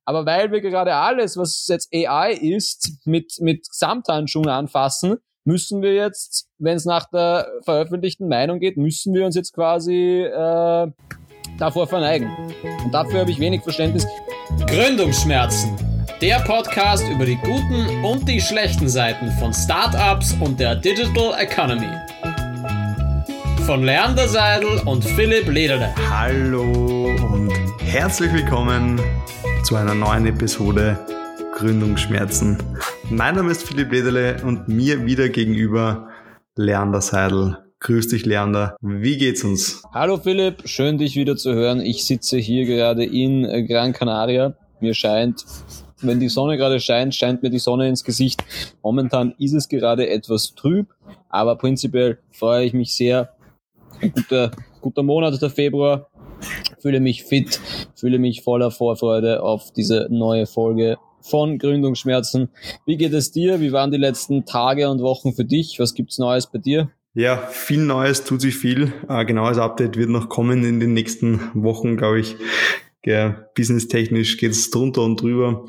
Aber weil wir gerade alles, was jetzt AI ist, mit Samthandschuhen anfassen, müssen wir jetzt, wenn es nach der veröffentlichten Meinung geht, müssen wir uns jetzt quasi davor verneigen. Und dafür habe ich wenig Verständnis. Gründungsschmerzen. Der Podcast über die guten und die schlechten Seiten von Startups und der Digital Economy. Von Leander Seidel und Philipp Lederle. Hallo und herzlich willkommen zu einer neuen Episode Gründungsschmerzen. Mein Name ist Philipp Lederle und mir wieder gegenüber Leander Seidel. Grüß dich, Leander. Wie geht's uns? Hallo Philipp, schön dich wieder zu hören. Ich sitze hier gerade in Gran Canaria. Mir scheint, wenn die Sonne gerade scheint, scheint mir die Sonne ins Gesicht. Momentan ist es gerade etwas trüb, aber prinzipiell freue ich mich sehr. Ein guter Monat, der Februar. Fühle mich fit, fühle mich voller Vorfreude auf diese neue Folge von Gründungsschmerzen. Wie geht es dir? Wie waren die letzten Tage und Wochen für dich? Was gibt's Neues bei dir? Ja, viel Neues, tut sich viel. Genaues Update wird noch kommen in den nächsten Wochen, glaube ich. Business-technisch geht's drunter und drüber.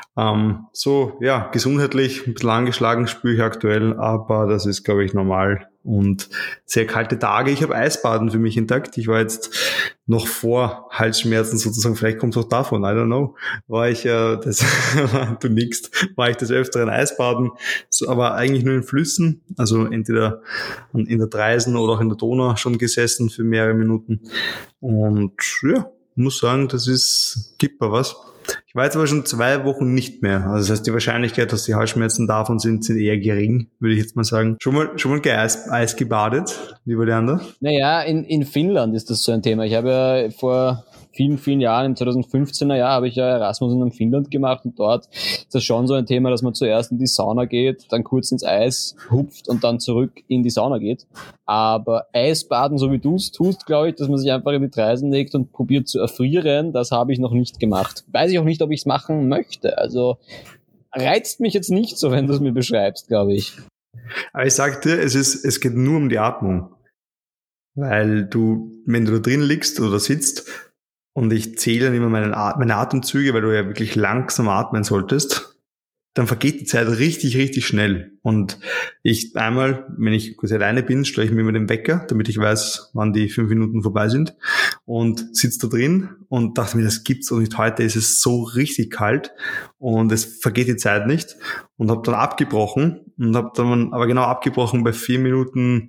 Gesundheitlich ein bisschen angeschlagen spüre ich aktuell, aber das ist, glaube ich, normal. Und sehr kalte Tage. Ich habe Eisbaden für mich entdeckt. Ich war jetzt noch vor Halsschmerzen sozusagen, vielleicht kommt es auch davon, I don't know, war ich du nickst, war ich des Öfteren Eisbaden, aber eigentlich nur in Flüssen, also entweder in der Traisen oder auch in der Donau schon gesessen für mehrere Minuten. Und ja, muss sagen, gibt mir was. Ich war jetzt aber schon 2 Wochen nicht mehr. Also das heißt, die Wahrscheinlichkeit, dass die Halsschmerzen davon sind eher gering, würde ich jetzt mal sagen. Schon mal Eis gebadet, lieber Leander? Naja, in Finnland ist das so ein Thema. Ich habe ja vor vielen Jahren, im 2015er Jahr, habe ich ja Erasmus in Finnland gemacht und dort ist das schon so ein Thema, dass man zuerst in die Sauna geht, dann kurz ins Eis hupft und dann zurück in die Sauna geht. Aber Eisbaden, so wie du es tust, glaube ich, dass man sich einfach in die Traisen legt und probiert zu erfrieren, das habe ich noch nicht gemacht. Weiß ich auch nicht, ob ich es machen möchte. Also reizt mich jetzt nicht so, wenn du es mir beschreibst, glaube ich. Aber ich sag dir, es geht nur um die Atmung. Weil wenn du da drin liegst oder sitzt, und ich zähle dann immer meine Atemzüge, weil du ja wirklich langsam atmen solltest, dann vergeht die Zeit richtig, richtig schnell. Und wenn ich kurz alleine bin, stelle ich mir immer den Wecker, damit ich weiß, wann die 5 Minuten vorbei sind, und sitze da drin und dachte mir, das gibt's doch nicht. Heute ist es so richtig kalt und es vergeht die Zeit nicht, und habe dann abgebrochen und habe dann aber genau abgebrochen bei 4 Minuten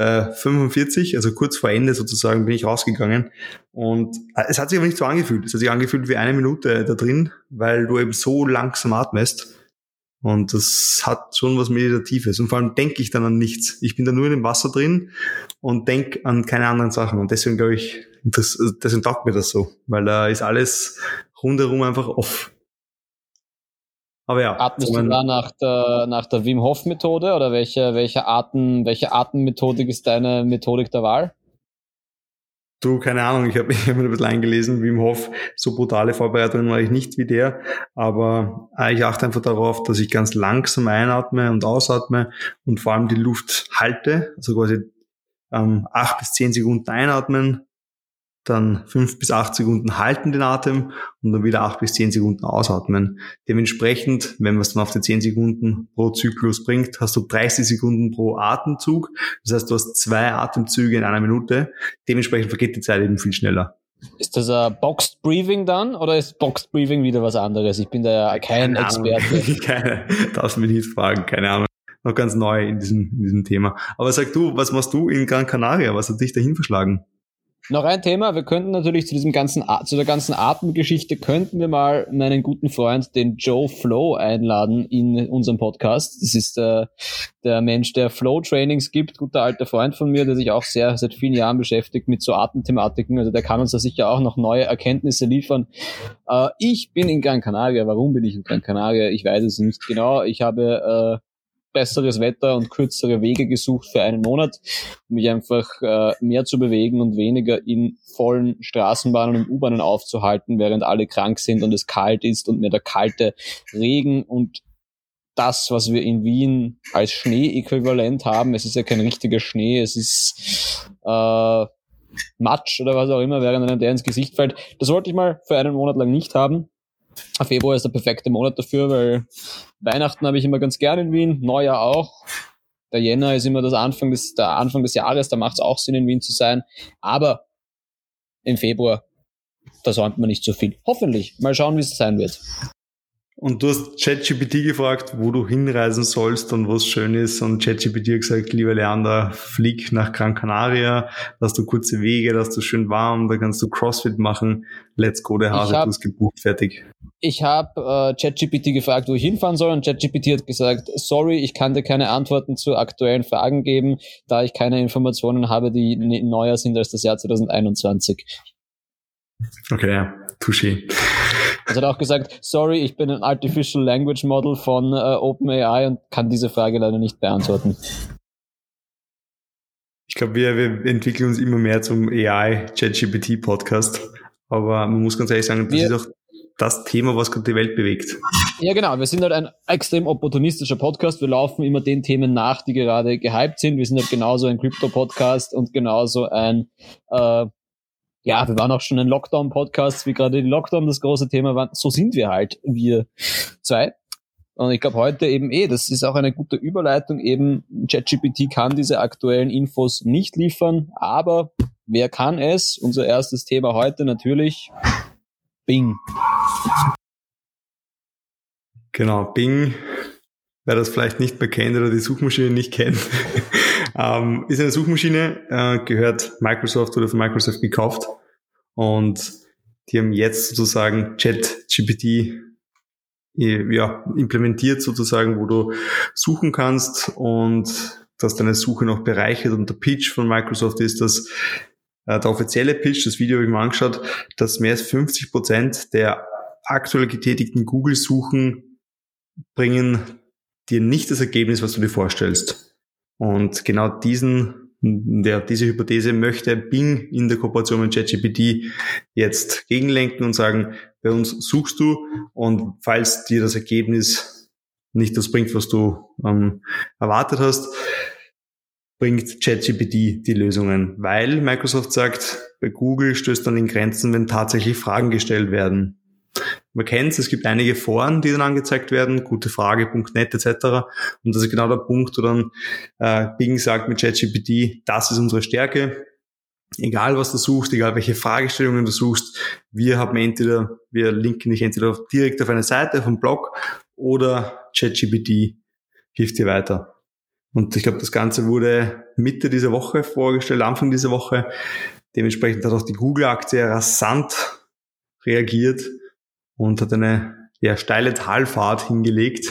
45, also kurz vor Ende sozusagen bin ich rausgegangen, und es hat sich aber nicht so angefühlt. Es hat sich angefühlt wie 1 Minute da drin, weil du eben so langsam atmest. Und das hat schon was Meditatives. Und vor allem denke ich dann an nichts. Ich bin da nur in dem Wasser drin und denke an keine anderen Sachen. Und deswegen glaube ich, deswegen taugt mir das so. Weil da ist alles rundherum einfach off. Aber ja. Atmest du da nach der Wim Hof Methode oder welche Atemmethodik ist deine Methodik der Wahl? Du, keine Ahnung, ich hab mir ein bisschen eingelesen, Wim Hof, so brutale Vorbereitungen mache ich nicht wie der, aber ich achte einfach darauf, dass ich ganz langsam einatme und ausatme und vor allem die Luft halte, also quasi 8 bis 10 Sekunden einatmen, dann 5 bis 8 Sekunden halten den Atem und dann wieder 8 bis 10 Sekunden ausatmen. Dementsprechend, wenn man es dann auf die 10 Sekunden pro Zyklus bringt, hast du 30 Sekunden pro Atemzug. Das heißt, du hast 2 Atemzüge in einer Minute. Dementsprechend vergeht die Zeit eben viel schneller. Ist das ein Boxed Breathing dann oder ist Boxed Breathing wieder was anderes? Ich bin da ja kein Experte. Darfst du mich nicht fragen, keine Ahnung. Noch ganz neu in diesem Thema. Aber sag du, was machst du in Gran Canaria? Was hat dich dahin verschlagen? Noch ein Thema, wir könnten natürlich zu der ganzen Atemgeschichte könnten wir mal meinen guten Freund, den Joe Flow, einladen in unserem Podcast. Das ist der Mensch, der Flow-Trainings gibt, guter alter Freund von mir, der sich auch seit vielen Jahren beschäftigt mit so Atemthematiken. Also der kann uns da sicher auch noch neue Erkenntnisse liefern. Ich bin in Gran Canaria. Warum bin ich in Gran Canaria? Ich weiß es nicht genau. Ich habe besseres Wetter und kürzere Wege gesucht für einen Monat, um mich einfach mehr zu bewegen und weniger in vollen Straßenbahnen und U-Bahnen aufzuhalten, während alle krank sind und es kalt ist und mir der kalte Regen und das, was wir in Wien als Schnee-Äquivalent haben, es ist ja kein richtiger Schnee, es ist Matsch oder was auch immer, während einem der ins Gesicht fällt. Das wollte ich mal für einen Monat lang nicht haben. Februar ist der perfekte Monat dafür, weil Weihnachten habe ich immer ganz gern in Wien, Neujahr auch. Der Jänner ist immer der Anfang des Jahres, da macht es auch Sinn, in Wien zu sein. Aber im Februar, da säumt man nicht so viel. Hoffentlich. Mal schauen, wie es sein wird. Und du hast ChatGPT gefragt, wo du hinreisen sollst und was schön ist. Und ChatGPT hat gesagt, lieber Leander, flieg nach Gran Canaria, da hast du kurze Wege, da hast du schön warm, da kannst du CrossFit machen. Let's go, der Hase, du hast gebucht, fertig. Ich habe ChatGPT gefragt, wo ich hinfahren soll, und ChatGPT hat gesagt, sorry, ich kann dir keine Antworten zu aktuellen Fragen geben, da ich keine Informationen habe, die neuer sind als das Jahr 2021. Okay, ja, touché. Er hat auch gesagt, sorry, ich bin ein Artificial Language Model von OpenAI und kann diese Frage leider nicht beantworten. Ich glaube, wir entwickeln uns immer mehr zum AI-ChatGPT-Podcast. Aber man muss ganz ehrlich sagen, das ist auch das Thema, was gerade die Welt bewegt. Ja, genau. Wir sind halt ein extrem opportunistischer Podcast. Wir laufen immer den Themen nach, die gerade gehypt sind. Wir sind halt genauso ein Crypto-Podcast und genauso ein wir waren auch schon ein Lockdown-Podcast, wie gerade die Lockdown das große Thema war. So sind wir halt, wir zwei. Und ich glaube heute eben das ist auch eine gute Überleitung eben. ChatGPT kann diese aktuellen Infos nicht liefern, aber wer kann es? Unser erstes Thema heute natürlich Bing. Genau, Bing, wer das vielleicht nicht mehr kennt oder die Suchmaschine nicht kennt, ist eine Suchmaschine, gehört Microsoft oder von Microsoft gekauft, und die haben jetzt sozusagen ChatGPT implementiert sozusagen, wo du suchen kannst und dass deine Suche noch bereichert. Und der Pitch von Microsoft ist, dass der offizielle Pitch, das Video habe ich mir angeschaut, dass mehr als 50% der aktuell getätigten Google-Suchen bringen dir nicht das Ergebnis, was du dir vorstellst. Und genau diese Hypothese möchte Bing in der Kooperation mit ChatGPT jetzt gegenlenken und sagen, bei uns suchst du, und falls dir das Ergebnis nicht das bringt, was du erwartet hast, bringt ChatGPT die Lösungen. Weil Microsoft sagt, bei Google stößt dann in Grenzen, wenn tatsächlich Fragen gestellt werden. Man kennt es gibt einige Foren, die dann angezeigt werden, gutefrage.net etc. Und das ist genau der Punkt, wo dann Bing sagt mit ChatGPT, das ist unsere Stärke. Egal was du suchst, egal welche Fragestellungen du suchst, wir linken dich entweder direkt auf eine Seite vom Blog oder ChatGPT hilft dir weiter. Und ich glaube, das Ganze wurde Mitte dieser Woche vorgestellt, Anfang dieser Woche. Dementsprechend hat auch die Google-Aktie rasant reagiert und hat eine steile Talfahrt hingelegt.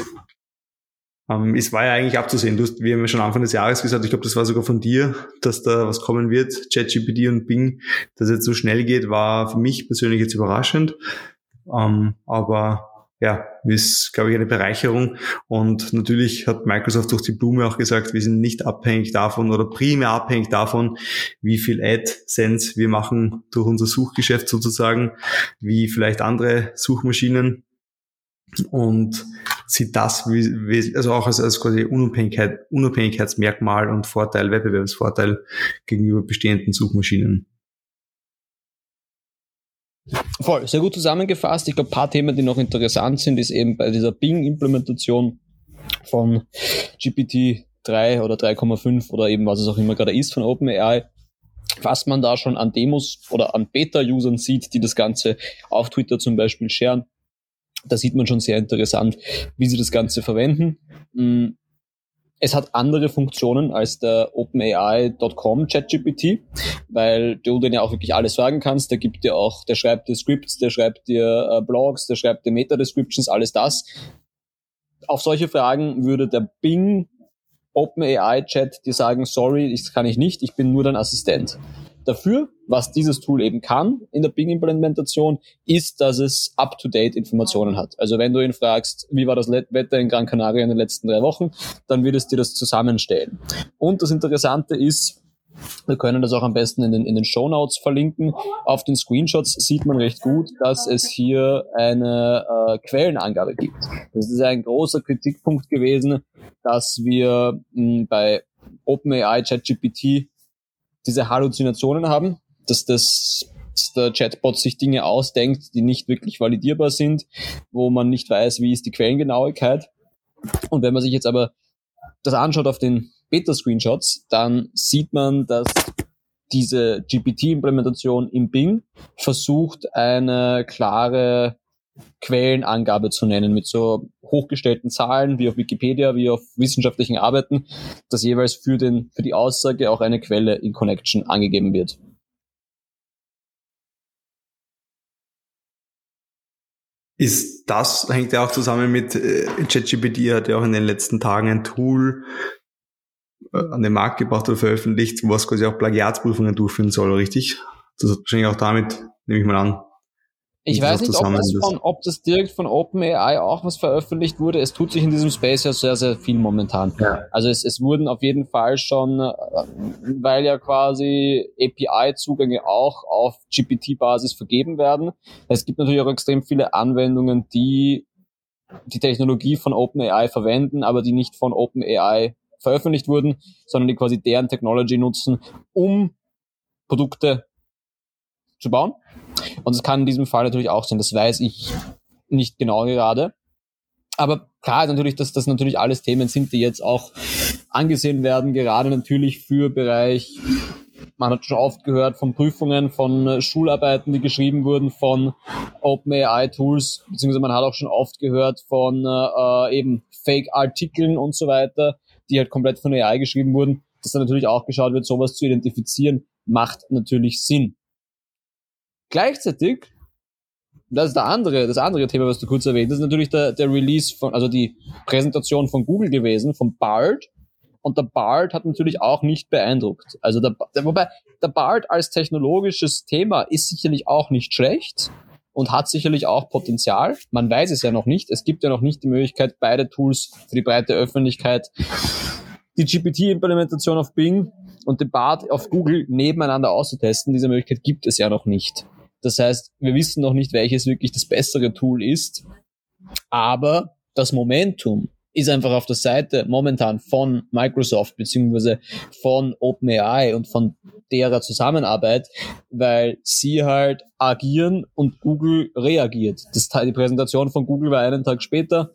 Es war ja eigentlich abzusehen. Wir haben ja schon Anfang des Jahres gesagt, ich glaube, das war sogar von dir, dass da was kommen wird, ChatGPT und Bing. Dass es jetzt so schnell geht, war für mich persönlich jetzt überraschend. Aber ist, glaube ich, eine Bereicherung. Und natürlich hat Microsoft durch die Blume auch gesagt, wir sind nicht abhängig davon oder primär abhängig davon, wie viel AdSense wir machen durch unser Suchgeschäft sozusagen, wie vielleicht andere Suchmaschinen. Und sieht das also auch als quasi Unabhängigkeitsmerkmal und Vorteil, Wettbewerbsvorteil gegenüber bestehenden Suchmaschinen. Voll, sehr gut zusammengefasst. Ich glaube, ein paar Themen, die noch interessant sind, ist eben bei dieser Bing-Implementation von GPT-3 oder 3,5 oder eben was es auch immer gerade ist von OpenAI, was man da schon an Demos oder an Beta-Usern sieht, die das Ganze auf Twitter zum Beispiel sharen. Da sieht man schon sehr interessant, wie sie das Ganze verwenden. Es hat andere Funktionen als der OpenAI.com ChatGPT, weil du den ja auch wirklich alles fragen kannst. Der schreibt dir Scripts, der schreibt dir Blogs, der schreibt dir Meta-Descriptions, alles das. Auf solche Fragen würde der Bing OpenAI-Chat dir sagen, sorry, das kann ich nicht, ich bin nur dein Assistent. Dafür, was dieses Tool eben kann in der Bing-Implementation, ist, dass es up-to-date Informationen hat. Also wenn du ihn fragst, wie war das Wetter in Gran Canaria in den letzten 3 Wochen, dann wird es dir das zusammenstellen. Und das Interessante ist, wir können das auch am besten in den Shownotes verlinken. Auf den Screenshots sieht man recht gut, dass es hier eine Quellenangabe gibt. Das ist ein großer Kritikpunkt gewesen, dass wir bei OpenAI ChatGPT diese Halluzinationen haben, dass das der Chatbot sich Dinge ausdenkt, die nicht wirklich validierbar sind, wo man nicht weiß, wie ist die Quellengenauigkeit. Und wenn man sich jetzt aber das anschaut auf den Beta-Screenshots, dann sieht man, dass diese GPT-Implementation im Bing versucht, eine klare Quellenangabe zu nennen mit so hochgestellten Zahlen wie auf Wikipedia, wie auf wissenschaftlichen Arbeiten, dass jeweils für die Aussage auch eine Quelle in Connection angegeben wird. Hängt ja auch zusammen mit ChatGPT hat ja auch in den letzten Tagen ein Tool an den Markt gebracht oder veröffentlicht, was quasi auch Plagiatsprüfungen durchführen soll, richtig? Das hat wahrscheinlich auch damit, nehme ich mal an. Ich weiß nicht, ob das direkt von OpenAI auch was veröffentlicht wurde. Es tut sich in diesem Space ja sehr, sehr viel momentan. Ja. Also es wurden auf jeden Fall schon, weil ja quasi API-Zugänge auch auf GPT-Basis vergeben werden. Es gibt natürlich auch extrem viele Anwendungen, die die Technologie von OpenAI verwenden, aber die nicht von OpenAI veröffentlicht wurden, sondern die quasi deren Technology nutzen, um Produkte zu bauen. Und es kann in diesem Fall natürlich auch sein, das weiß ich nicht genau gerade. Aber klar ist natürlich, dass das natürlich alles Themen sind, die jetzt auch angesehen werden, gerade natürlich für Bereich, man hat schon oft gehört von Prüfungen, von Schularbeiten, die geschrieben wurden von OpenAI-Tools, beziehungsweise man hat auch schon oft gehört von eben Fake-Artikeln und so weiter, die halt komplett von AI geschrieben wurden, dass dann natürlich auch geschaut wird, sowas zu identifizieren, macht natürlich Sinn. Gleichzeitig, das ist das andere Thema, was du kurz erwähnt hast, ist natürlich der Release also die Präsentation von Google gewesen, von Bard. Und der Bard hat natürlich auch nicht beeindruckt. Also wobei der Bard als technologisches Thema ist sicherlich auch nicht schlecht und hat sicherlich auch Potenzial. Man weiß es ja noch nicht. Es gibt ja noch nicht die Möglichkeit, beide Tools für die breite Öffentlichkeit, die GPT-Implementation auf Bing und den Bard auf Google nebeneinander auszutesten. Diese Möglichkeit gibt es ja noch nicht. Das heißt, wir wissen noch nicht, welches wirklich das bessere Tool ist, aber das Momentum ist einfach auf der Seite momentan von Microsoft beziehungsweise von OpenAI und von derer Zusammenarbeit, weil sie halt agieren und Google reagiert. Die Präsentation von Google war einen Tag später.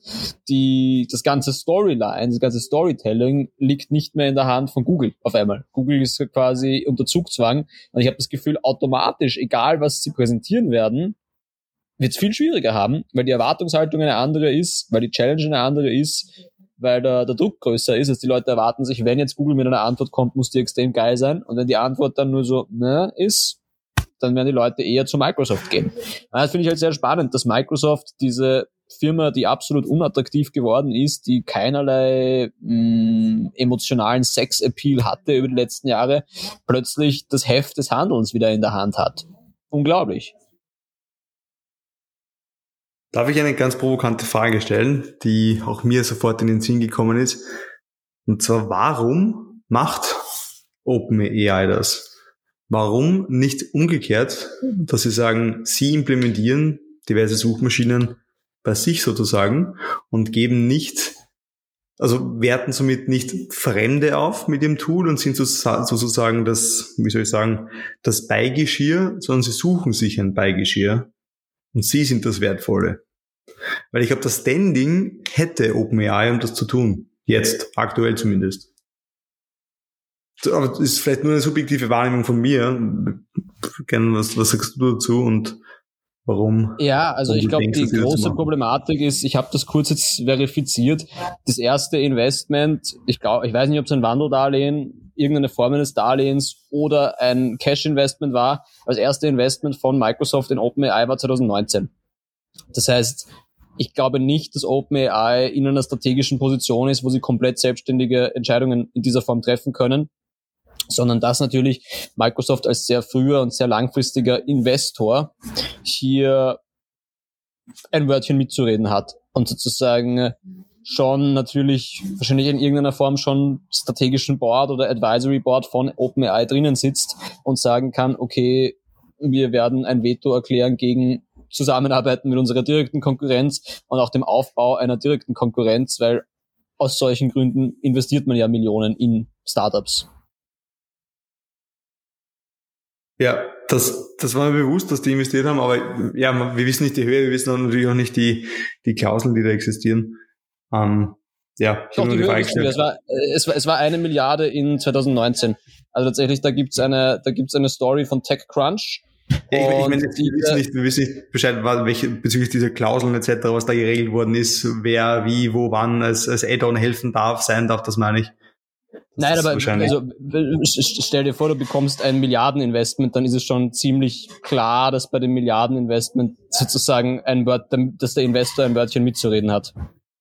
Das ganze Storyline, das ganze Storytelling liegt nicht mehr in der Hand von Google auf einmal. Google ist quasi unter Zugzwang und ich habe das Gefühl, automatisch, egal was sie präsentieren werden, wird es viel schwieriger haben, weil die Erwartungshaltung eine andere ist, weil die Challenge eine andere ist, weil der Druck größer ist. Also die Leute erwarten sich, wenn jetzt Google mit einer Antwort kommt, muss die extrem geil sein. Und wenn die Antwort dann nur so, ist, dann werden die Leute eher zu Microsoft gehen. Das finde ich halt sehr spannend, dass Microsoft diese Firma, die absolut unattraktiv geworden ist, die keinerlei emotionalen Sex-Appeal hatte über die letzten Jahre, plötzlich das Heft des Handelns wieder in der Hand hat. Unglaublich. Darf ich eine ganz provokante Frage stellen, die auch mir sofort in den Sinn gekommen ist? Und zwar, warum macht OpenAI das? Warum nicht umgekehrt, dass sie sagen, sie implementieren diverse Suchmaschinen bei sich sozusagen und geben nicht, also werten somit nicht Fremde auf mit dem Tool und sind sozusagen das Beigeschirr, sondern sie suchen sich ein Beigeschirr. Und sie sind das Wertvolle. Weil ich glaube, das Standing hätte OpenAI, um das zu tun. Jetzt, aktuell zumindest. Aber das ist vielleicht nur eine subjektive Wahrnehmung von mir. Gerne, was sagst du dazu und warum? Ja, also ich glaube, die große Problematik ist, ich habe das kurz jetzt verifiziert, das erste Investment, ich weiß nicht, ob es ein Wandeldarlehen, irgendeine Form eines Darlehens oder ein Cash-Investment war. Das erste Investment von Microsoft in OpenAI war 2019. Das heißt, ich glaube nicht, dass OpenAI in einer strategischen Position ist, wo sie komplett selbstständige Entscheidungen in dieser Form treffen können, sondern dass natürlich Microsoft als sehr früher und sehr langfristiger Investor hier ein Wörtchen mitzureden hat und sozusagen schon natürlich wahrscheinlich in irgendeiner Form schon strategischen Board oder Advisory Board von OpenAI drinnen sitzt und sagen kann, okay, wir werden ein Veto erklären gegen Zusammenarbeiten mit unserer direkten Konkurrenz und auch dem Aufbau einer direkten Konkurrenz, weil aus solchen Gründen investiert man ja Millionen in Startups. Ja, das war mir bewusst, dass die investiert haben, aber ja, wir wissen nicht die Höhe, wir wissen natürlich auch nicht die Klauseln, die da existieren. Ja, doch, die Höhe ist es war 1 Milliarde in 2019. Also tatsächlich, da gibt's eine Story von TechCrunch. Ja, ich meine, wir wissen nicht Bescheid, bezüglich dieser Klauseln etc., was da geregelt worden ist, wer, wie, wo, wann als Add-on helfen darf, das meine ich. Nein, aber also, stell dir vor, du bekommst ein Milliardeninvestment, dann ist es schon ziemlich klar, dass bei dem Milliardeninvestment sozusagen dass der Investor ein Wörtchen mitzureden hat.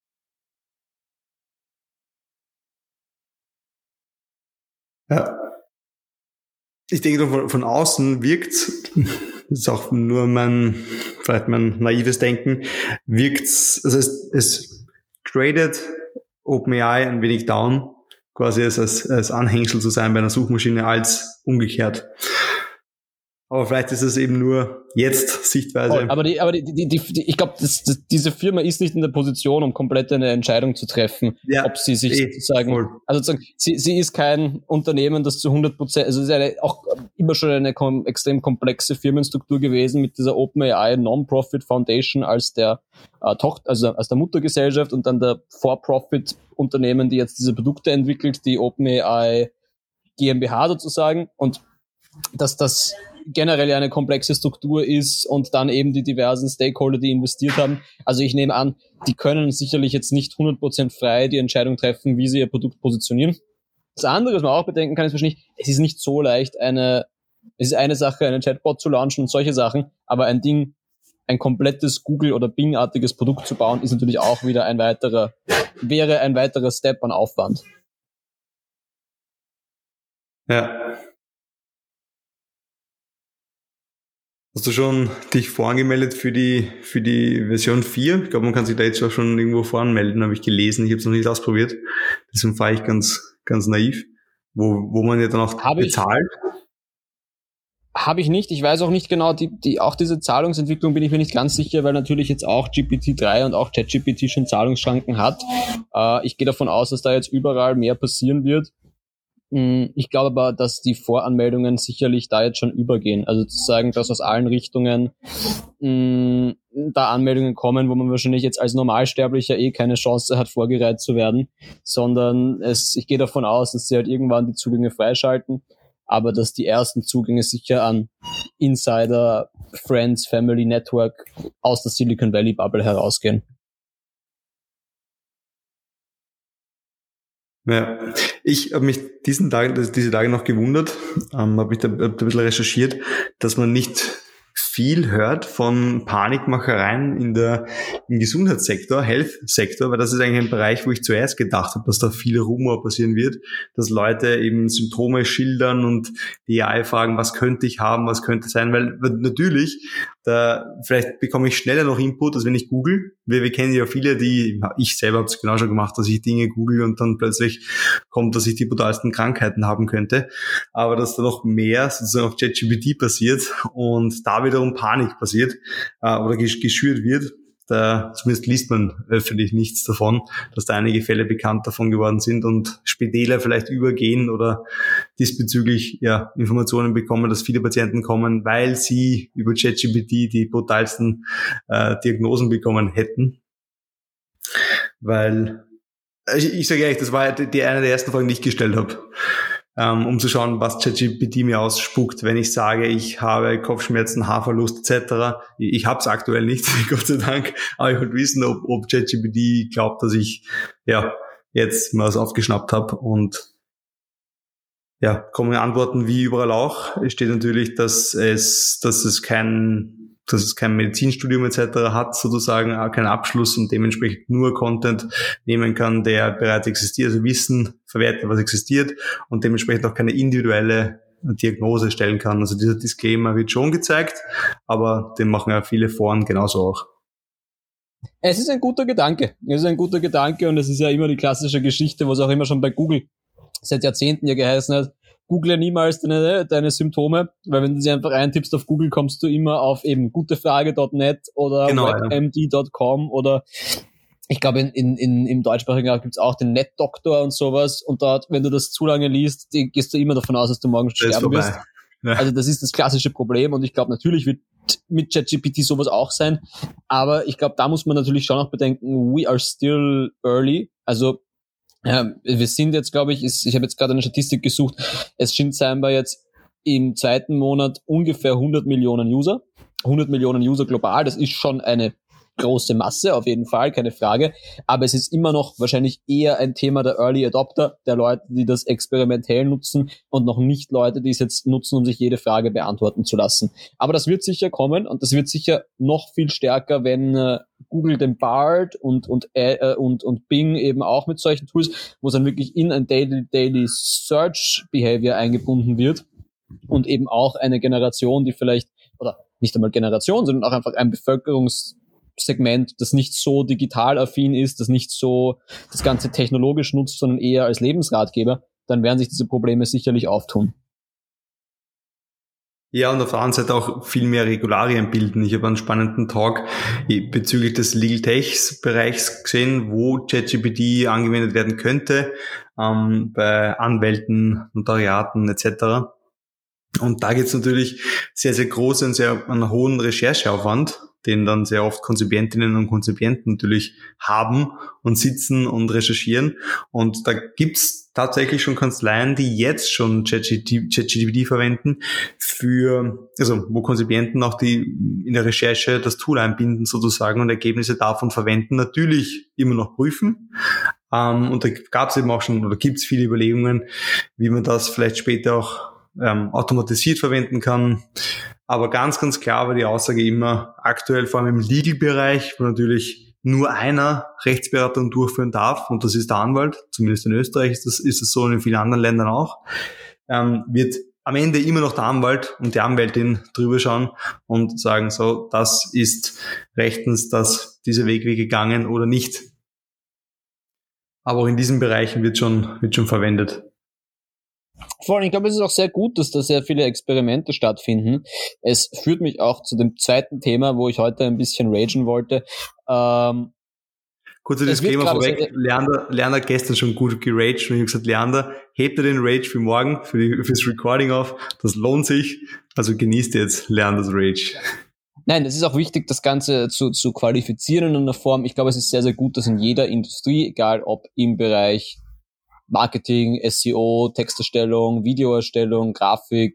Ja. Ich denke, von außen wirkt's, das ist auch nur vielleicht mein naives Denken, wirkt's, also es tradet OpenAI ein wenig down, quasi als Anhängsel zu sein bei einer Suchmaschine als umgekehrt. Aber vielleicht ist es eben nur jetzt Sichtweise. Aber ich glaube, diese Firma ist nicht in der Position, um komplett eine Entscheidung zu treffen, ob sie sich sozusagen, sie ist kein Unternehmen, das zu 100%, also es ist auch immer schon eine extrem komplexe Firmenstruktur gewesen mit dieser OpenAI Non-Profit Foundation als der als der Muttergesellschaft und dann der For-Profit-Unternehmen, die jetzt diese Produkte entwickelt, die OpenAI GmbH sozusagen, und dass das generell eine komplexe Struktur ist und dann eben die diversen Stakeholder, die investiert haben. Also ich nehme an, die können sicherlich jetzt nicht 100% frei die Entscheidung treffen, wie sie ihr Produkt positionieren. Das andere, was man auch bedenken kann, ist wahrscheinlich, es ist nicht so leicht, es ist eine Sache, einen Chatbot zu launchen und solche Sachen, aber ein komplettes Google- oder Bing-artiges Produkt zu bauen, ist natürlich auch wieder wäre ein weiterer Step an Aufwand. Ja. Hast du schon dich vorangemeldet für die Version 4? Ich glaube, man kann sich da jetzt auch schon irgendwo voranmelden, habe ich gelesen. Ich habe es noch nicht ausprobiert. Deswegen fahre ich ganz naiv, wo man ja dann auch bezahlt. Habe ich nicht. Ich weiß auch nicht genau, auch diese Zahlungsentwicklung bin ich mir nicht ganz sicher, weil natürlich jetzt auch GPT-3 und auch ChatGPT schon Zahlungsschranken hat. Ich gehe davon aus, dass da jetzt überall mehr passieren wird. Ich glaube aber, dass die Voranmeldungen sicherlich da jetzt schon übergehen. Also zu sagen, dass aus allen Richtungen da Anmeldungen kommen, wo man wahrscheinlich jetzt als Normalsterblicher keine Chance hat, vorgereiht zu werden, sondern ich gehe davon aus, dass sie halt irgendwann die Zugänge freischalten, aber dass die ersten Zugänge sicher an Insider, Friends, Family, Network aus der Silicon Valley Bubble herausgehen. Ja, ich habe mich diese Tage noch gewundert, habe mich da ein bisschen recherchiert, dass man nicht viel hört von Panikmachereien im Gesundheitssektor, Health-Sektor, weil das ist eigentlich ein Bereich, wo ich zuerst gedacht habe, dass da viel Rumor passieren wird, dass Leute eben Symptome schildern und die AI fragen, was könnte ich haben, was könnte sein, weil natürlich, vielleicht bekomme ich schneller noch Input, als wenn ich google. Wir kennen ja viele, ich selber habe es genau schon gemacht, dass ich Dinge google und dann plötzlich kommt, dass ich die brutalsten Krankheiten haben könnte, aber dass da noch mehr sozusagen auf ChatGPT passiert und da wiederum Panik passiert oder geschürt wird. Zumindest liest man öffentlich nichts davon, dass da einige Fälle bekannt davon geworden sind und Spitäler vielleicht übergehen oder diesbezüglich Informationen bekommen, dass viele Patienten kommen, weil sie über ChatGPT die brutalsten Diagnosen bekommen hätten. Weil, ich sage ehrlich, das war eine der ersten Fragen, die ich gestellt habe. Um zu schauen, was ChatGPT mir ausspuckt, wenn ich sage, ich habe Kopfschmerzen, Haarverlust etc. Ich habe es aktuell nicht, Gott sei Dank, aber ich wollte wissen, ob ChatGPT glaubt, dass ich jetzt mal was aufgeschnappt habe. Und kommen Antworten wie überall auch. Es steht natürlich, dass es kein Medizinstudium etc. hat, sozusagen auch keinen Abschluss und dementsprechend nur Content nehmen kann, der bereits existiert, also Wissen verwerten, was existiert und dementsprechend auch keine individuelle Diagnose stellen kann. Also dieser Disclaimer wird schon gezeigt, aber den machen ja viele Foren genauso auch. Es ist ein guter Gedanke. Und es ist ja immer die klassische Geschichte, was auch immer schon bei Google seit Jahrzehnten ja geheißen hat, google niemals deine Symptome, weil wenn du sie einfach eintippst auf Google, kommst du immer auf eben gutefrage.net oder webmd.com oder ich glaube im deutschsprachigen Raum gibt's auch den NetDoktor und sowas und dort, wenn du das zu lange liest, gehst du immer davon aus, dass du morgen sterben wirst. Ja. Also das ist das klassische Problem und ich glaube, natürlich wird mit ChatGPT sowas auch sein, aber ich glaube, da muss man natürlich schon auch bedenken, we are still early, also wir sind jetzt, glaube ich, ich habe jetzt gerade eine Statistik gesucht, es sind scheinbar jetzt im zweiten Monat ungefähr 100 Millionen User global, das ist schon eine große Masse, auf jeden Fall, keine Frage, aber es ist immer noch wahrscheinlich eher ein Thema der Early Adopter, der Leute, die das experimentell nutzen und noch nicht Leute, die es jetzt nutzen, um sich jede Frage beantworten zu lassen. Aber das wird sicher kommen und das wird sicher noch viel stärker, wenn Google den Bard und Bing eben auch mit solchen Tools, wo es dann wirklich in ein Daily Search Behavior eingebunden wird und eben auch eine Generation, die vielleicht, oder nicht einmal Generation, sondern auch einfach ein Bevölkerungssegment, das nicht so digital affin ist, das nicht so das Ganze technologisch nutzt, sondern eher als Lebensratgeber, dann werden sich diese Probleme sicherlich auftun. Ja, und auf der anderen Seite auch viel mehr Regularien bilden. Ich habe einen spannenden Talk bezüglich des Legal Techs Bereichs gesehen, wo ChatGPT angewendet werden könnte, bei Anwälten, Notariaten etc. Und da geht es natürlich sehr, sehr groß und einen hohen Rechercheaufwand, den dann sehr oft Konzipientinnen und Konzipienten natürlich haben und sitzen und recherchieren. Und da gibt's tatsächlich schon Kanzleien, die jetzt schon ChatGPT verwenden wo Konzipienten auch die in der Recherche das Tool einbinden sozusagen und Ergebnisse davon verwenden, natürlich immer noch prüfen. Und da gab's eben auch schon oder gibt's viele Überlegungen, wie man das vielleicht später auch automatisiert verwenden kann. Aber ganz, ganz klar war die Aussage immer aktuell, vor allem im Legal-Bereich, wo natürlich nur einer Rechtsberatung durchführen darf, und das ist der Anwalt, zumindest in Österreich ist es so und in vielen anderen Ländern auch, wird am Ende immer noch der Anwalt und die Anwältin drüber schauen und sagen, so, das ist rechtens, dieser Weg wird gegangen oder nicht. Aber auch in diesen Bereichen wird schon verwendet. Vor allem, ich glaube, es ist auch sehr gut, dass da sehr viele Experimente stattfinden. Es führt mich auch zu dem zweiten Thema, wo ich heute ein bisschen ragen wollte. Kurzer Disclaimer vorweg, Leander hat gestern schon gut geraged und ich habe gesagt, Leander, hebt dir den Rage für morgen, fürs Recording auf, das lohnt sich, also genießt jetzt Leanders Rage. Nein, es ist auch wichtig, das Ganze zu qualifizieren in einer Form. Ich glaube, es ist sehr, sehr gut, dass in jeder Industrie, egal ob im Bereich Marketing, SEO, Texterstellung, Videoerstellung, Grafik,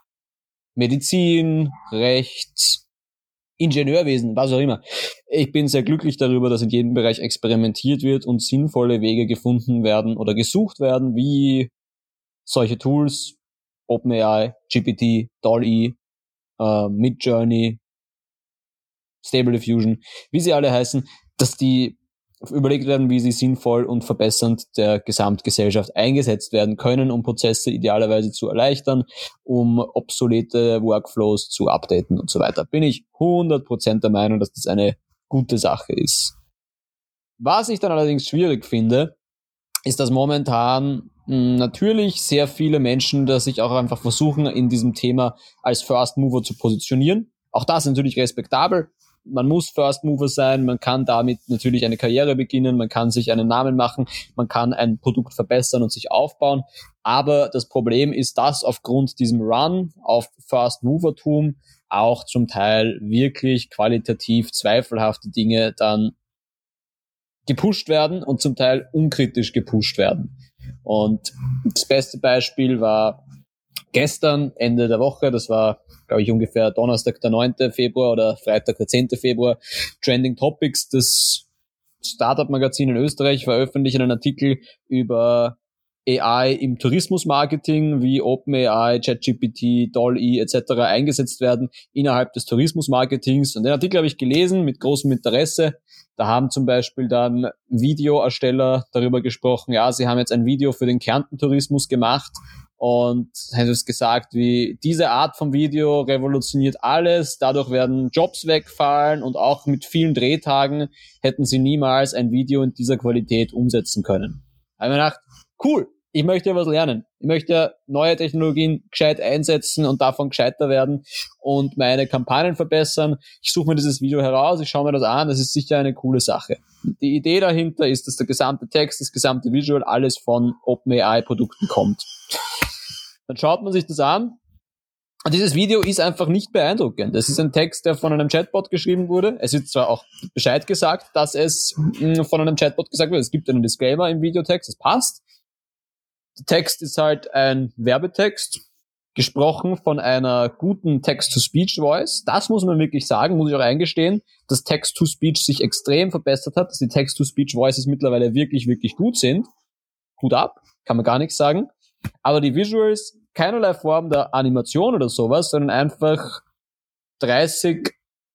Medizin, Recht, Ingenieurwesen, was auch immer. Ich bin sehr glücklich darüber, dass in jedem Bereich experimentiert wird und sinnvolle Wege gefunden werden oder gesucht werden, wie solche Tools, OpenAI, GPT, DALL-E, Midjourney, Stable Diffusion, wie sie alle heißen, dass die überlegt werden, wie sie sinnvoll und verbessernd der Gesamtgesellschaft eingesetzt werden können, um Prozesse idealerweise zu erleichtern, um obsolete Workflows zu updaten und so weiter. Bin ich 100% der Meinung, dass das eine gute Sache ist. Was ich dann allerdings schwierig finde, ist, dass momentan natürlich sehr viele Menschen, dass sich auch einfach versuchen, in diesem Thema als First Mover zu positionieren. Auch das ist natürlich respektabel. Man muss First Mover sein, man kann damit natürlich eine Karriere beginnen, man kann sich einen Namen machen, man kann ein Produkt verbessern und sich aufbauen. Aber das Problem ist, dass aufgrund diesem Run auf First Movertum auch zum Teil wirklich qualitativ zweifelhafte Dinge dann gepusht werden und zum Teil unkritisch gepusht werden. Und das beste Beispiel war gestern, Ende der Woche, das war, glaube ich, ungefähr Donnerstag, der 9. Februar oder Freitag, der 10. Februar, Trending Topics, das Startup-Magazin in Österreich veröffentlicht einen Artikel über AI im Tourismusmarketing, wie OpenAI, ChatGPT, DALL-E etc. eingesetzt werden innerhalb des Tourismusmarketings. Und den Artikel habe ich gelesen mit großem Interesse. Da haben zum Beispiel dann Videoersteller darüber gesprochen, ja, sie haben jetzt ein Video für den Kärnten-Tourismus gemacht und haben es gesagt, wie diese Art von Video revolutioniert alles, dadurch werden Jobs wegfallen und auch mit vielen Drehtagen hätten sie niemals ein Video in dieser Qualität umsetzen können. Da habe ich mir gedacht, cool, ich möchte ja was lernen. Ich möchte ja neue Technologien gescheit einsetzen und davon gescheiter werden und meine Kampagnen verbessern. Ich suche mir dieses Video heraus, ich schaue mir das an, das ist sicher eine coole Sache. Die Idee dahinter ist, dass der gesamte Text, das gesamte Visual, alles von OpenAI-Produkten kommt. Dann schaut man sich das an Und dieses Video ist einfach nicht beeindruckend. Es ist ein Text, der von einem Chatbot geschrieben wurde. Es wird zwar auch Bescheid gesagt, dass es von einem Chatbot gesagt wird. Es gibt einen Disclaimer im Videotext, es passt. Der Text ist halt ein Werbetext, gesprochen von einer guten Text-to-Speech-Voice. Das muss man wirklich sagen, muss ich auch eingestehen, dass Text-to-Speech sich extrem verbessert hat, dass die Text-to-Speech-Voices mittlerweile wirklich, wirklich gut sind. Hut ab, kann man gar nichts sagen. Aber die Visuals, keinerlei Form der Animation oder sowas, sondern einfach 30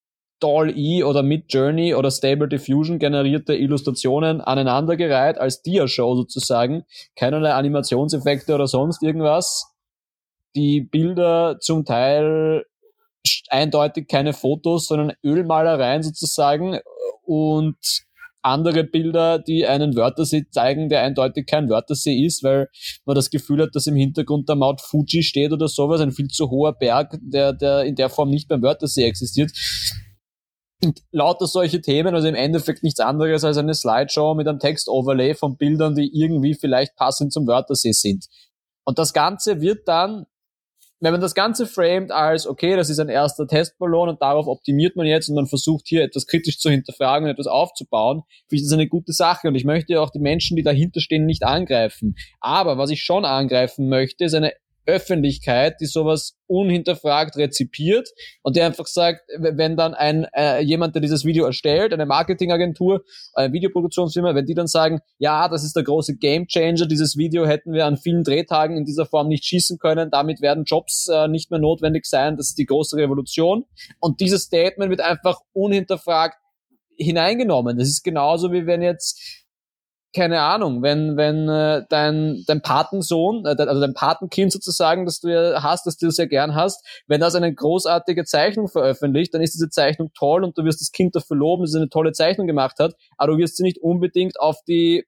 DALL-E oder Midjourney oder Stable Diffusion generierte Illustrationen aneinandergereiht als Dia-Show sozusagen. Keinerlei Animationseffekte oder sonst irgendwas. Die Bilder zum Teil eindeutig keine Fotos, sondern Ölmalereien sozusagen und andere Bilder, die einen Wörtersee zeigen, der eindeutig kein Wörtersee ist, weil man das Gefühl hat, dass im Hintergrund der Mount Fuji steht oder sowas, ein viel zu hoher Berg, der in der Form nicht beim Wörtersee existiert. Und lauter solche Themen, also im Endeffekt nichts anderes als eine Slideshow mit einem Text-Overlay von Bildern, die irgendwie vielleicht passend zum Wörtersee sind. Und das Ganze wird dann, wenn man das Ganze framet als, okay, das ist ein erster Testballon und darauf optimiert man jetzt und man versucht hier etwas kritisch zu hinterfragen und etwas aufzubauen, finde ich das eine gute Sache und ich möchte auch die Menschen, die dahinter stehen, nicht angreifen. Aber was ich schon angreifen möchte, ist eine Öffentlichkeit, die sowas unhinterfragt rezipiert und die einfach sagt, wenn dann jemand, der dieses Video erstellt, eine Marketingagentur, eine Videoproduktionsfirma, wenn die dann sagen, ja, das ist der große Gamechanger, dieses Video hätten wir an vielen Drehtagen in dieser Form nicht schießen können, damit werden Jobs nicht mehr notwendig sein, das ist die große Revolution und dieses Statement wird einfach unhinterfragt hineingenommen. Das ist genauso wie wenn jetzt keine Ahnung, wenn dein Patensohn, also dein Patenkind sozusagen, das du ja hast, das du sehr gern hast, wenn das eine großartige Zeichnung veröffentlicht, dann ist diese Zeichnung toll und du wirst das Kind dafür loben, dass es eine tolle Zeichnung gemacht hat, aber du wirst sie nicht unbedingt auf diese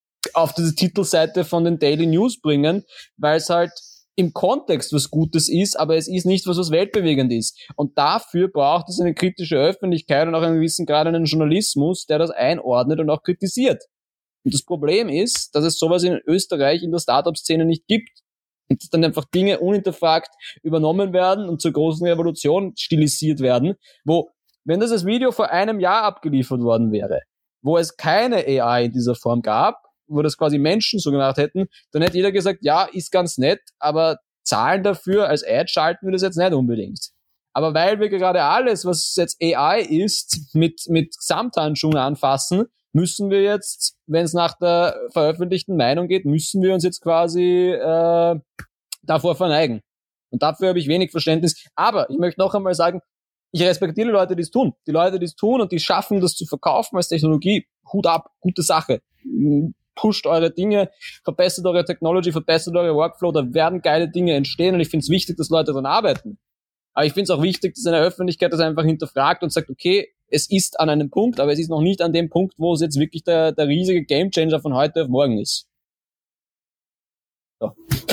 Titelseite von den Daily News bringen, weil es halt im Kontext was Gutes ist, aber es ist nicht was weltbewegend ist. Und dafür braucht es eine kritische Öffentlichkeit und auch einen gewissen Grad einen Journalismus, der das einordnet und auch kritisiert. Und das Problem ist, dass es sowas in Österreich in der Startup-Szene nicht gibt. Und dass dann einfach Dinge unhinterfragt übernommen werden und zur großen Revolution stilisiert werden, wo, wenn das Video vor einem Jahr abgeliefert worden wäre, wo es keine AI in dieser Form gab, wo das quasi Menschen so gemacht hätten, dann hätte jeder gesagt, ja, ist ganz nett, aber zahlen dafür als Ad schalten wir das jetzt nicht unbedingt. Aber weil wir gerade alles, was jetzt AI ist, mit Samthandschuhen anfassen, müssen wir jetzt, wenn es nach der veröffentlichten Meinung geht, müssen wir uns jetzt quasi davor verneigen. Und dafür habe ich wenig Verständnis. Aber ich möchte noch einmal sagen, ich respektiere die Leute, die es tun. Die Leute, die es tun und die schaffen, das zu verkaufen als Technologie, Hut ab, gute Sache. Pusht eure Dinge, verbessert eure Technology, verbessert eure Workflow, da werden geile Dinge entstehen und ich finde es wichtig, dass Leute daran arbeiten. Aber ich finde es auch wichtig, dass eine Öffentlichkeit das einfach hinterfragt und sagt, okay, es ist an einem Punkt, aber es ist noch nicht an dem Punkt, wo es jetzt wirklich der riesige Gamechanger von heute auf morgen ist. So.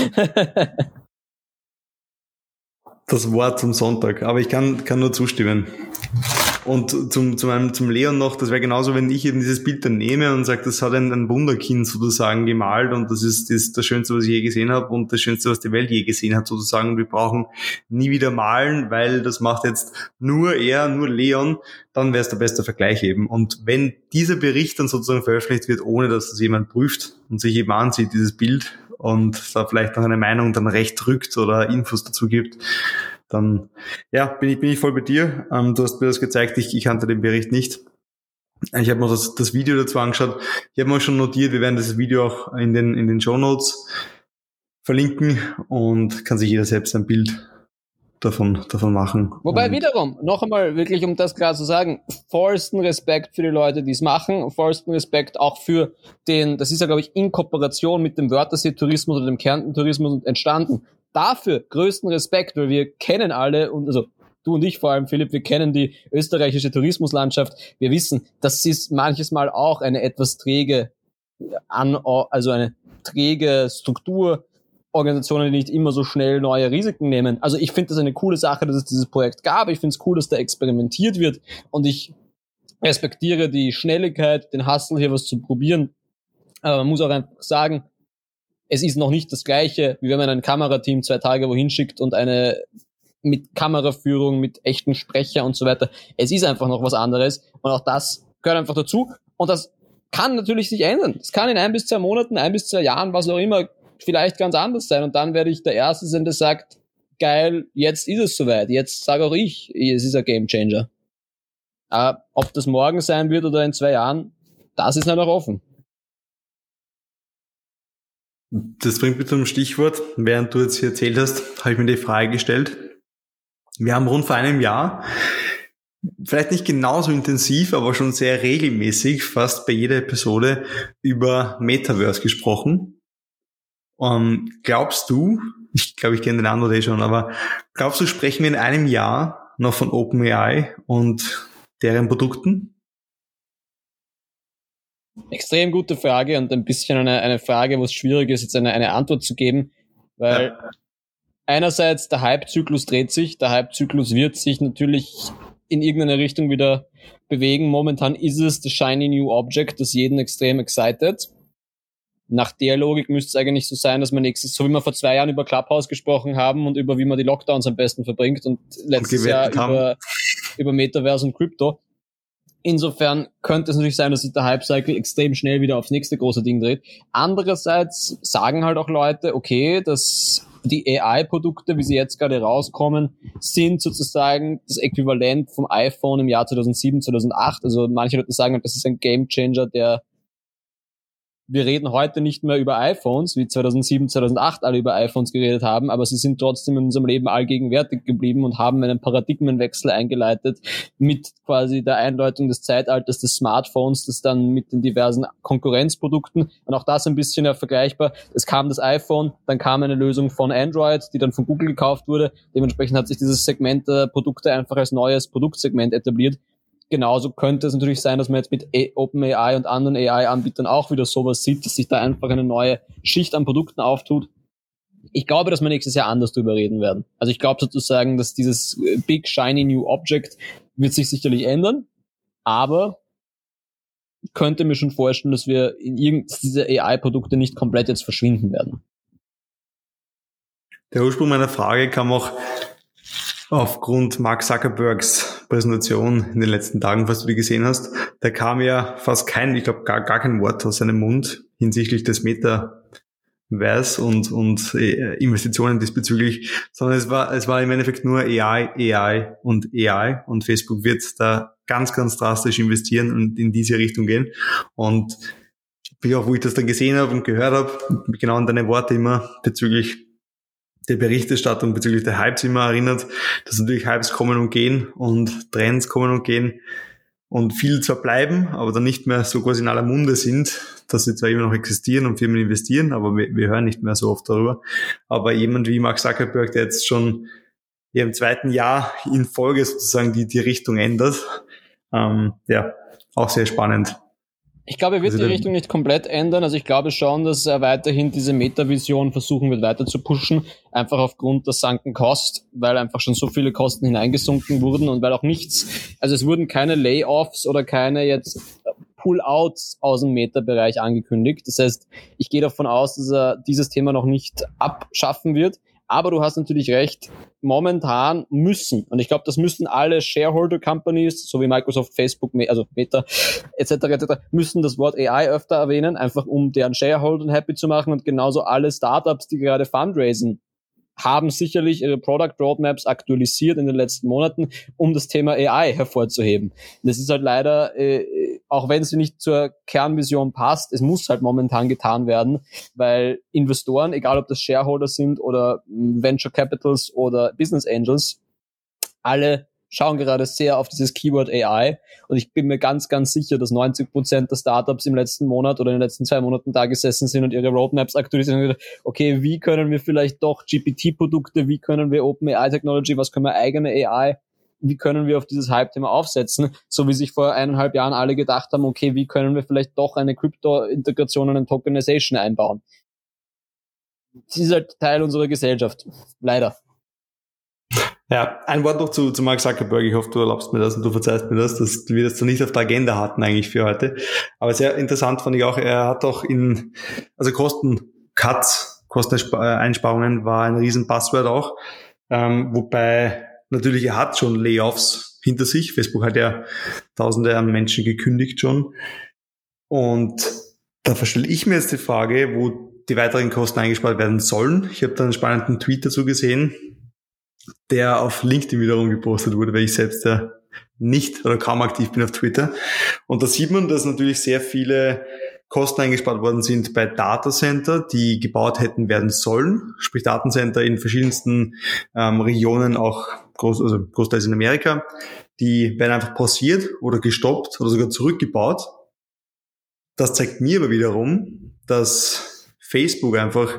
Das Wort zum Sonntag, aber ich kann nur zustimmen. Und zum Leon noch, das wäre genauso, wenn ich eben dieses Bild dann nehme und sage, das hat ein Wunderkind sozusagen gemalt und das ist das Schönste, was ich je gesehen habe und das Schönste, was die Welt je gesehen hat sozusagen. Wir brauchen nie wieder malen, weil das macht jetzt nur er, nur Leon, dann wäre es der beste Vergleich eben. Und wenn dieser Bericht dann sozusagen veröffentlicht wird, ohne dass das jemand prüft und sich eben ansieht, dieses Bild, und da vielleicht noch eine Meinung dann recht drückt oder Infos dazu gibt, dann ja, bin ich voll bei dir. Du hast mir das gezeigt, ich kannte den Bericht nicht. Ich habe mir das Video dazu angeschaut. Ich habe mir schon notiert, wir werden das Video auch in den Shownotes verlinken und kann sich jeder selbst ein Bild davon machen. Wobei wiederum, noch einmal wirklich, um das klar zu sagen, vollsten Respekt für die Leute, die es machen, vollsten Respekt auch für das ist ja, glaube ich, in Kooperation mit dem Wörthersee-Tourismus oder dem Kärnten-Tourismus entstanden. Dafür größten Respekt, weil wir kennen alle, und also du und ich vor allem, Philipp, wir kennen die österreichische Tourismuslandschaft. Wir wissen, das ist manches Mal auch eine etwas träge Struktur, Organisationen, die nicht immer so schnell neue Risiken nehmen. Also ich finde das eine coole Sache, dass es dieses Projekt gab. Ich finde es cool, dass da experimentiert wird und ich respektiere die Schnelligkeit, den Hustle, hier was zu probieren. Aber man muss auch einfach sagen, es ist noch nicht das Gleiche, wie wenn man ein Kamerateam 2 Tage wohin schickt und eine mit Kameraführung, mit echten Sprecher und so weiter. Es ist einfach noch was anderes und auch das gehört einfach dazu und das kann natürlich sich ändern. Es kann in 1 bis 2 Monaten, 1 bis 2 Jahren, was auch immer, vielleicht ganz anders sein und dann werde ich der Erste sein, der sagt, geil, jetzt ist es soweit, jetzt sage auch ich, es ist ein Gamechanger. Aber ob das morgen sein wird oder in 2 Jahren, das ist noch offen. Das bringt mich zum Stichwort. Während du jetzt hier erzählt hast, habe ich mir die Frage gestellt. Wir haben rund vor einem Jahr, vielleicht nicht genauso intensiv, aber schon sehr regelmäßig, fast bei jeder Episode, über Metaverse gesprochen. Glaubst du, ich glaube, ich kenne den Antwort schon, aber glaubst du, sprechen wir in einem Jahr noch von OpenAI und deren Produkten? Extrem gute Frage und ein bisschen eine Frage, wo es schwierig ist, jetzt eine Antwort zu geben, weil einerseits der Hype-Zyklus dreht sich, der Hype-Zyklus wird sich natürlich in irgendeine Richtung wieder bewegen. Momentan ist es das Shiny New Object, das jeden extrem excited. Nach der Logik müsste es eigentlich so sein, dass man nächstes, so wie wir vor 2 Jahren über Clubhouse gesprochen haben und über wie man die Lockdowns am besten verbringt und letztes Jahr über Metaverse und Crypto. Insofern könnte es natürlich sein, dass sich der Hype-Cycle extrem schnell wieder aufs nächste große Ding dreht. Andererseits sagen halt auch Leute, okay, dass die AI-Produkte, wie sie jetzt gerade rauskommen, sind sozusagen das Äquivalent vom iPhone im Jahr 2007, 2008. Also manche Leute sagen, das ist ein Gamechanger, wir reden heute nicht mehr über iPhones, wie 2007, 2008 alle über iPhones geredet haben, aber sie sind trotzdem in unserem Leben allgegenwärtig geblieben und haben einen Paradigmenwechsel eingeleitet mit quasi der Einläutung des Zeitalters des Smartphones, das dann mit den diversen Konkurrenzprodukten und auch das ein bisschen ja vergleichbar. Es kam das iPhone, dann kam eine Lösung von Android, die dann von Google gekauft wurde. Dementsprechend hat sich dieses Segment der Produkte einfach als neues Produktsegment etabliert. Genauso könnte es natürlich sein, dass man jetzt mit OpenAI und anderen AI-Anbietern auch wieder sowas sieht, dass sich da einfach eine neue Schicht an Produkten auftut. Ich glaube, dass wir nächstes Jahr anders drüber reden werden. Also ich glaube sozusagen, dass dieses Big Shiny New Object wird sich sicherlich ändern, aber ich könnte mir schon vorstellen, dass diese AI-Produkte nicht komplett jetzt verschwinden werden. Der Ursprung meiner Frage kam auch aufgrund Mark Zuckerbergs Präsentation in den letzten Tagen, was du die gesehen hast. Da kam ja fast gar kein Wort aus seinem Mund hinsichtlich des Metaverse und Investitionen diesbezüglich, sondern es war im Endeffekt nur AI und Facebook wird da ganz, ganz drastisch investieren und in diese Richtung gehen. Und wo ich das dann gesehen habe und gehört habe, genau an deine Worte immer bezüglich der Berichterstattung bezüglich der Hypes immer erinnert, dass natürlich Hypes kommen und gehen und Trends kommen und gehen und viel zwar bleiben, aber dann nicht mehr so quasi in aller Munde sind, dass sie zwar immer noch existieren und Firmen investieren, aber wir hören nicht mehr so oft darüber. Aber jemand wie Mark Zuckerberg, der jetzt schon im 2. Jahr in Folge sozusagen die Richtung ändert, auch sehr spannend. Ich glaube, er wird die Richtung nicht komplett ändern. Also ich glaube schon, dass er weiterhin diese Meta-Vision versuchen wird weiter zu pushen. Einfach aufgrund der sunken Cost, weil einfach schon so viele Kosten hineingesunken wurden und weil auch also es wurden keine Layoffs oder keine jetzt Pull-outs aus dem Meta-Bereich angekündigt. Das heißt, ich gehe davon aus, dass er dieses Thema noch nicht abschaffen wird. Aber du hast natürlich recht, momentan müssen, und ich glaube, das müssen alle Shareholder-Companies, so wie Microsoft, Facebook, also Meta, etc., müssen das Wort AI öfter erwähnen, einfach um deren Shareholder happy zu machen und genauso alle Startups, die gerade fundraisen, haben sicherlich ihre Product Roadmaps aktualisiert in den letzten Monaten, um das Thema AI hervorzuheben. Das ist halt leider, auch wenn sie nicht zur Kernvision passt, es muss halt momentan getan werden, weil Investoren, egal ob das Shareholder sind oder Venture Capitals oder Business Angels, alle schauen gerade sehr auf dieses Keyword AI und ich bin mir ganz, ganz sicher, dass 90% der Startups im letzten Monat oder in den letzten 2 Monaten da gesessen sind und ihre Roadmaps aktualisieren und gesagt, okay, wie können wir vielleicht doch GPT-Produkte, wie können wir OpenAI-Technology, was können wir eigene AI, wie können wir auf dieses Hype-Thema aufsetzen, so wie sich vor 1,5 Jahren alle gedacht haben, okay, wie können wir vielleicht doch eine Krypto-Integration und eine Tokenization einbauen. Das ist halt Teil unserer Gesellschaft, leider. Ja, ein Wort noch zu Mark Zuckerberg. Ich hoffe, du erlaubst mir das und du verzeihst mir das, dass wir das so nicht auf der Agenda hatten eigentlich für heute. Aber sehr interessant fand ich auch, er hat auch Kostencuts, Kosteneinsparungen war ein riesen Passwort auch. Wobei natürlich er hat schon Layoffs hinter sich. Facebook hat ja Tausende an Menschen gekündigt schon. Und da stelle ich mir jetzt die Frage, wo die weiteren Kosten eingespart werden sollen. Ich habe da einen spannenden Tweet dazu gesehen, der auf LinkedIn wiederum gepostet wurde, weil ich selbst nicht oder kaum aktiv bin auf Twitter. Und da sieht man, dass natürlich sehr viele Kosten eingespart worden sind bei Datacenter, die gebaut hätten werden sollen. Sprich Datencenter in verschiedensten Regionen, auch großteils in Amerika. Die werden einfach pausiert oder gestoppt oder sogar zurückgebaut. Das zeigt mir aber wiederum, dass Facebook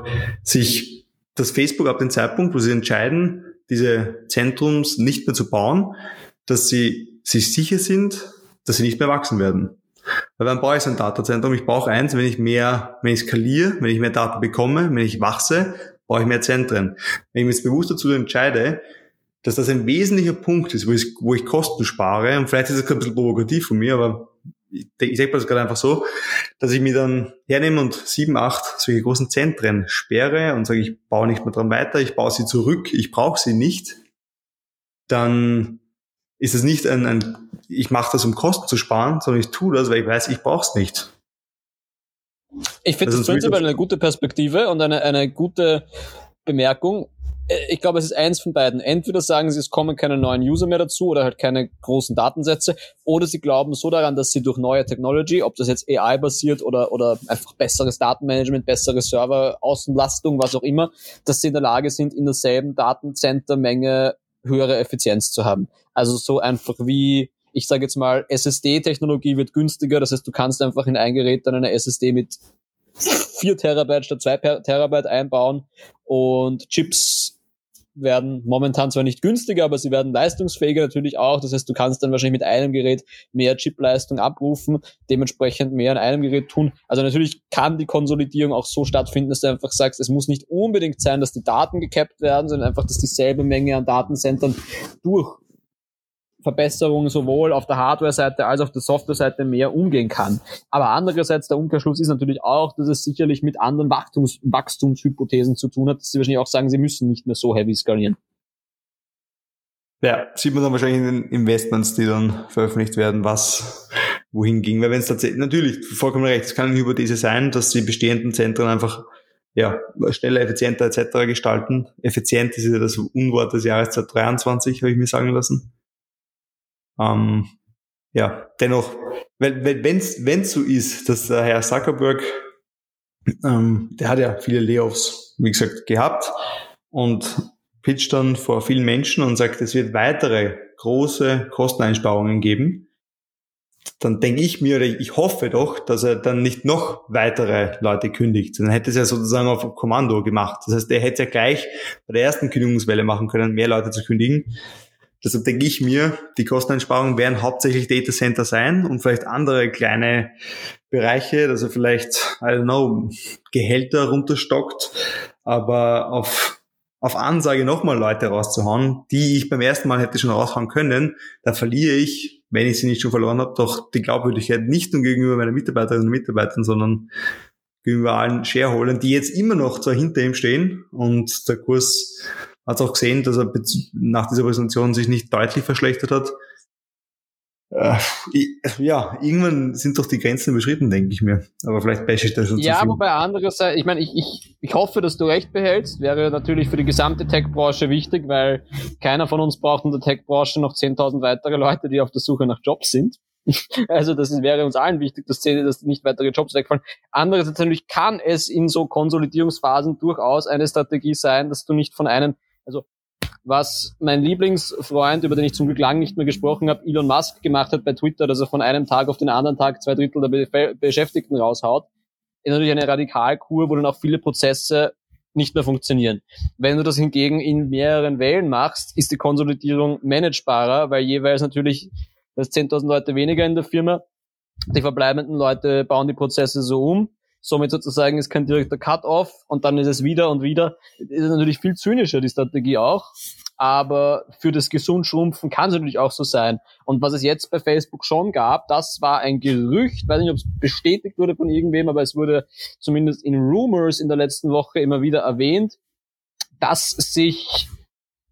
ab dem Zeitpunkt, wo sie entscheiden, diese Zentrums nicht mehr zu bauen, dass sie sich sicher sind, dass sie nicht mehr wachsen werden. Weil dann brauche ich so ein Datazentrum. Ich brauche eins, wenn ich skaliere, wenn ich mehr Daten bekomme, wenn ich wachse, brauche ich mehr Zentren. Wenn ich mich jetzt bewusst dazu entscheide, dass das ein wesentlicher Punkt ist, wo ich Kosten spare, und vielleicht ist das ein bisschen provokativ von mir, aber ich sage das gerade einfach so, dass ich mir dann hernehme und 7, 8 solche großen Zentren sperre und sage, ich baue nicht mehr dran weiter, ich baue sie zurück, ich brauche sie nicht, dann ist es nicht ich mache das, um Kosten zu sparen, sondern ich tue das, weil ich weiß, ich brauche es nicht. Ich finde das prinzipiell eine gute Perspektive und eine gute Bemerkung. Ich glaube, es ist eins von beiden. Entweder sagen sie, es kommen keine neuen User mehr dazu oder halt keine großen Datensätze, oder sie glauben so daran, dass sie durch neue Technology, ob das jetzt AI basiert oder einfach besseres Datenmanagement, bessere Server, Außenlastung, was auch immer, dass sie in der Lage sind, in derselben Datencentermenge höhere Effizienz zu haben. Also so einfach wie, ich sage jetzt mal, SSD-Technologie wird günstiger, das heißt, du kannst einfach in ein Gerät dann eine SSD mit 4 Terabyte statt 2 Terabyte einbauen, und Chips werden momentan zwar nicht günstiger, aber sie werden leistungsfähiger natürlich auch. Das heißt, du kannst dann wahrscheinlich mit einem Gerät mehr Chipleistung abrufen, dementsprechend mehr an einem Gerät tun. Also natürlich kann die Konsolidierung auch so stattfinden, dass du einfach sagst, es muss nicht unbedingt sein, dass die Daten gekappt werden, sondern einfach, dass dieselbe Menge an Datencentern durch Verbesserungen sowohl auf der Hardware-Seite als auch auf der Software-Seite mehr umgehen kann. Aber andererseits, der Umkehrschluss ist natürlich auch, dass es sicherlich mit anderen Wachstumshypothesen zu tun hat, dass sie wahrscheinlich auch sagen, sie müssen nicht mehr so heavy skalieren. Ja, sieht man dann wahrscheinlich in den Investments, die dann veröffentlicht werden, wohin ging. Weil wenn es tatsächlich, natürlich, vollkommen recht, es kann eine Hypothese sein, dass die bestehenden Zentren einfach schneller, effizienter etc. gestalten. Effizient ist ja das Unwort des Jahres 2023, habe ich mir sagen lassen. Dennoch, wenn's so ist, dass der Herr Zuckerberg, der hat ja viele Layoffs, wie gesagt, gehabt und pitcht dann vor vielen Menschen und sagt, es wird weitere große Kosteneinsparungen geben, dann denke ich mir, oder ich hoffe doch, dass er dann nicht noch weitere Leute kündigt. Dann hätte es ja sozusagen auf Kommando gemacht. Das heißt, er hätte ja gleich bei der ersten Kündigungswelle machen können, mehr Leute zu kündigen. Deshalb denke ich mir, die Kosteneinsparungen werden hauptsächlich Datacenter sein und vielleicht andere kleine Bereiche, dass er vielleicht, Gehälter runterstockt, aber auf Ansage nochmal Leute rauszuhauen, die ich beim ersten Mal hätte schon raushauen können, da verliere ich, wenn ich sie nicht schon verloren habe, doch die Glaubwürdigkeit nicht nur gegenüber meinen Mitarbeiterinnen und Mitarbeitern, sondern gegenüber allen Shareholdern, die jetzt immer noch zwar hinter ihm stehen, und der Kurs hat auch gesehen, dass er nach dieser Präsentation sich nicht deutlich verschlechtert hat. Irgendwann sind doch die Grenzen überschritten, denke ich mir. Aber vielleicht bashe ich da schon zu viel. Ja, wobei andererseits, ich meine, ich hoffe, dass du recht behältst. Wäre natürlich für die gesamte Tech-Branche wichtig, weil keiner von uns braucht in der Tech-Branche noch 10.000 weitere Leute, die auf der Suche nach Jobs sind. Also das wäre uns allen wichtig, dass nicht weitere Jobs wegfallen. Andererseits natürlich kann es in so Konsolidierungsphasen durchaus eine Strategie sein, dass du nicht von einem, also was mein Lieblingsfreund, über den ich zum Glück lange nicht mehr gesprochen habe, Elon Musk gemacht hat bei Twitter, dass er von einem Tag auf den anderen Tag 2/3 der Beschäftigten raushaut, ist natürlich eine Radikalkur, wo dann auch viele Prozesse nicht mehr funktionieren. Wenn du das hingegen in mehreren Wellen machst, ist die Konsolidierung managebarer, weil jeweils natürlich, das 10.000 Leute weniger in der Firma, die verbleibenden Leute bauen die Prozesse so um, somit sozusagen ist kein direkter Cut-off und dann ist es wieder und wieder. Das ist natürlich viel zynischer, die Strategie auch, aber für das Gesundschrumpfen kann es natürlich auch so sein. Und was es jetzt bei Facebook schon gab, das war ein Gerücht, weiß nicht, ob es bestätigt wurde von irgendwem, aber es wurde zumindest in Rumors in der letzten Woche immer wieder erwähnt, dass sich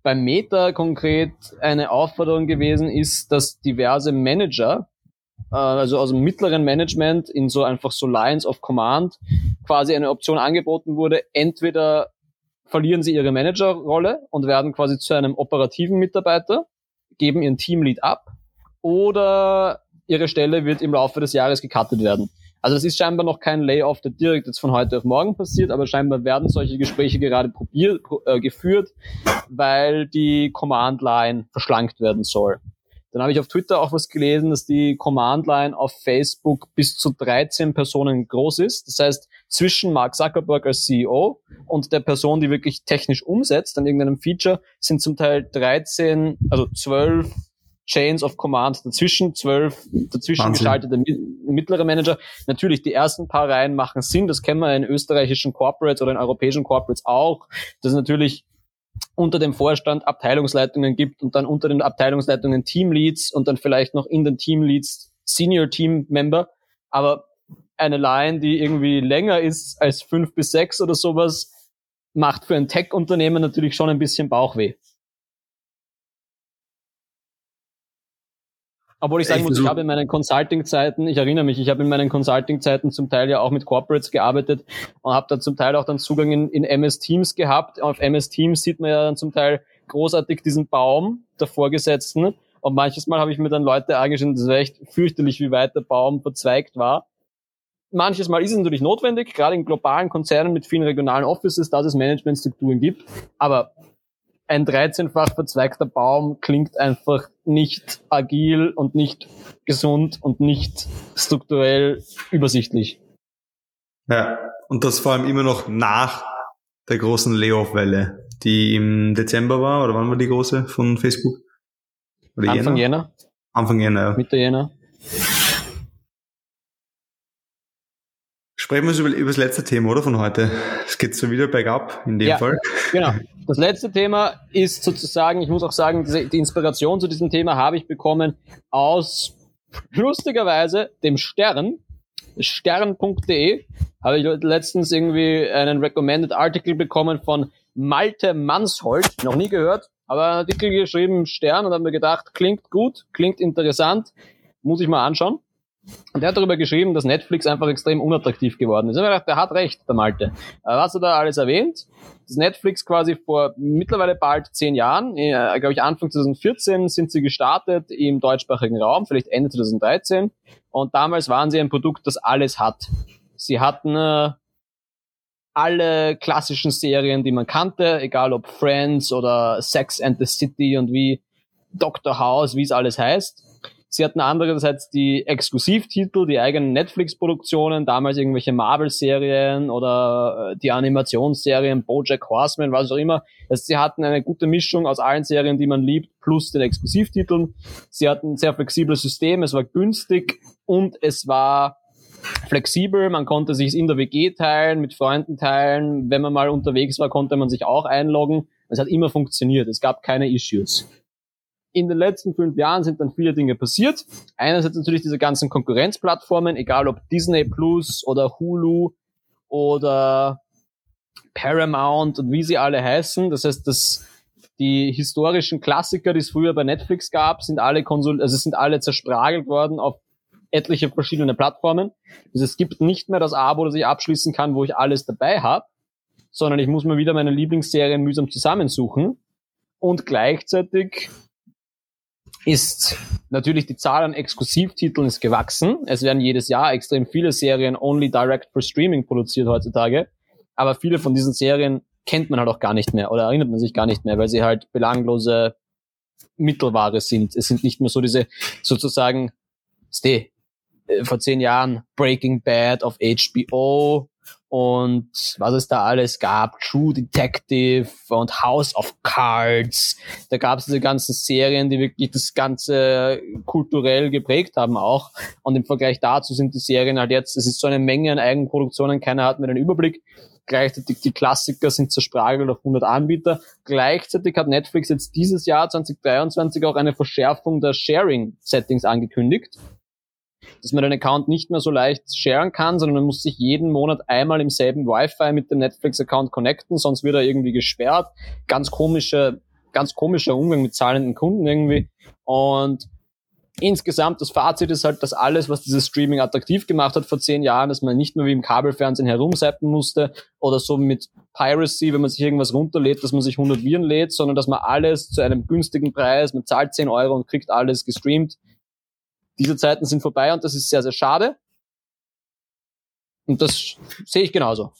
bei Meta konkret eine Aufforderung gewesen ist, dass diverse Manager, also aus dem mittleren Management in so einfach so Lines of Command quasi eine Option angeboten wurde, entweder verlieren sie ihre Managerrolle und werden quasi zu einem operativen Mitarbeiter, geben ihren Teamlead ab, oder ihre Stelle wird im Laufe des Jahres gecuttet werden. Also das ist scheinbar noch kein Layoff, der direkt jetzt von heute auf morgen passiert, aber scheinbar werden solche Gespräche gerade geführt, weil die Command-Line verschlankt werden soll. Dann habe ich auf Twitter auch was gelesen, dass die Command-Line auf Facebook bis zu 13 Personen groß ist. Das heißt, zwischen Mark Zuckerberg als CEO und der Person, die wirklich technisch umsetzt an irgendeinem Feature, sind zum Teil 12 Chains of Command dazwischen, 12 dazwischen Wahnsinn. Geschaltete mittlere Manager. Natürlich, die ersten paar Reihen machen Sinn, das kennen wir in österreichischen Corporates oder in europäischen Corporates auch, dass es natürlich unter dem Vorstand Abteilungsleitungen gibt und dann unter den Abteilungsleitungen Teamleads und dann vielleicht noch in den Teamleads Senior Team Member, aber eine Line, die irgendwie länger ist als 5 bis 6 oder sowas, macht für ein Tech-Unternehmen natürlich schon ein bisschen Bauchweh. Obwohl ich sagen muss, ich habe in meinen Consulting-Zeiten, ich erinnere mich, ich habe in meinen Consulting-Zeiten zum Teil ja auch mit Corporates gearbeitet und habe da zum Teil auch dann Zugang in MS Teams gehabt. Auf MS Teams sieht man ja dann zum Teil großartig diesen Baum der Vorgesetzten und manches Mal habe ich mir dann Leute angeschaut, das war echt fürchterlich, wie weit der Baum verzweigt war. Manches Mal ist es natürlich notwendig, gerade in globalen Konzernen mit vielen regionalen Offices, dass es Managementstrukturen gibt, aber ein 13-fach verzweigter Baum klingt einfach nicht agil und nicht gesund und nicht strukturell übersichtlich. Ja, und das vor allem immer noch nach der großen Layoff-Welle, die im Dezember war, oder wann war die große von Facebook? Oder Anfang Jänner? Anfang Jänner, ja. Mitte Jänner. Sprechen wir über das letzte Thema, oder, von heute? Es geht so wieder bergab, in dem Fall. Genau. Das letzte Thema ist sozusagen, ich muss auch sagen, die Inspiration zu diesem Thema habe ich bekommen aus, lustigerweise, dem Stern, stern.de, habe ich letztens irgendwie einen Recommended Article bekommen von Malte Mansholt, noch nie gehört, aber einen Artikel geschrieben im Stern und habe mir gedacht, klingt gut, klingt interessant, muss ich mal anschauen. Und der hat darüber geschrieben, dass Netflix einfach extrem unattraktiv geworden ist. Ich habe mir gedacht, der hat recht, der Malte. Was hat er alles erwähnt? Dass Netflix quasi vor mittlerweile bald 10 Jahren, glaube ich Anfang 2014, sind sie gestartet im deutschsprachigen Raum, vielleicht Ende 2013. Und damals waren sie ein Produkt, das alles hat. Sie hatten alle klassischen Serien, die man kannte, egal ob Friends oder Sex and the City und wie Dr. House, wie es alles heißt. Sie hatten andererseits die Exklusivtitel, die eigenen Netflix-Produktionen, damals irgendwelche Marvel-Serien oder die Animationsserien, BoJack Horseman, was auch immer. Also sie hatten eine gute Mischung aus allen Serien, die man liebt, plus den Exklusivtiteln. Sie hatten ein sehr flexibles System, es war günstig und es war flexibel. Man konnte sich in der WG teilen, mit Freunden teilen. Wenn man mal unterwegs war, konnte man sich auch einloggen. Es hat immer funktioniert. Es gab keine Issues. In den letzten 5 Jahren sind dann viele Dinge passiert. Einerseits natürlich diese ganzen Konkurrenzplattformen, egal ob Disney Plus oder Hulu oder Paramount und wie sie alle heißen. Das heißt, dass die historischen Klassiker, die es früher bei Netflix gab, sind alle sind alle zerspragelt worden auf etliche verschiedene Plattformen. Also es gibt nicht mehr das Abo, das ich abschließen kann, wo ich alles dabei habe, sondern ich muss mir wieder meine Lieblingsserien mühsam zusammensuchen. Und gleichzeitig ist natürlich die Zahl an Exklusivtiteln ist gewachsen. Es werden jedes Jahr extrem viele Serien only direct for streaming produziert heutzutage. Aber viele von diesen Serien kennt man halt auch gar nicht mehr oder erinnert man sich gar nicht mehr, weil sie halt belanglose Mittelware sind. Es sind nicht mehr so diese sozusagen, vor 10 Jahren Breaking Bad auf HBO und was es da alles gab, True Detective und House of Cards. Da gab es diese ganzen Serien, die wirklich das Ganze kulturell geprägt haben auch. Und im Vergleich dazu sind die Serien halt jetzt, es ist so eine Menge an Eigenproduktionen, keiner hat mehr den Überblick. Gleichzeitig die Klassiker sind zerspragelt auf 100 Anbieter. Gleichzeitig hat Netflix jetzt dieses Jahr 2023 auch eine Verschärfung der Sharing-Settings angekündigt, dass man den Account nicht mehr so leicht sharen kann, sondern man muss sich jeden Monat einmal im selben Wi-Fi mit dem Netflix-Account connecten, sonst wird er irgendwie gesperrt. Ganz komische ganz komischer Umgang mit zahlenden Kunden irgendwie. Und insgesamt, das Fazit ist halt, dass alles, was dieses Streaming attraktiv gemacht hat vor 10 Jahren, dass man nicht mehr wie im Kabelfernsehen herumzappen musste oder so mit Piracy, wenn man sich irgendwas runterlädt, dass man sich 100 Viren lädt, sondern dass man alles zu einem günstigen Preis, man zahlt 10 Euro und kriegt alles gestreamt. Diese Zeiten sind vorbei und das ist sehr, sehr schade. Und das sehe ich genauso.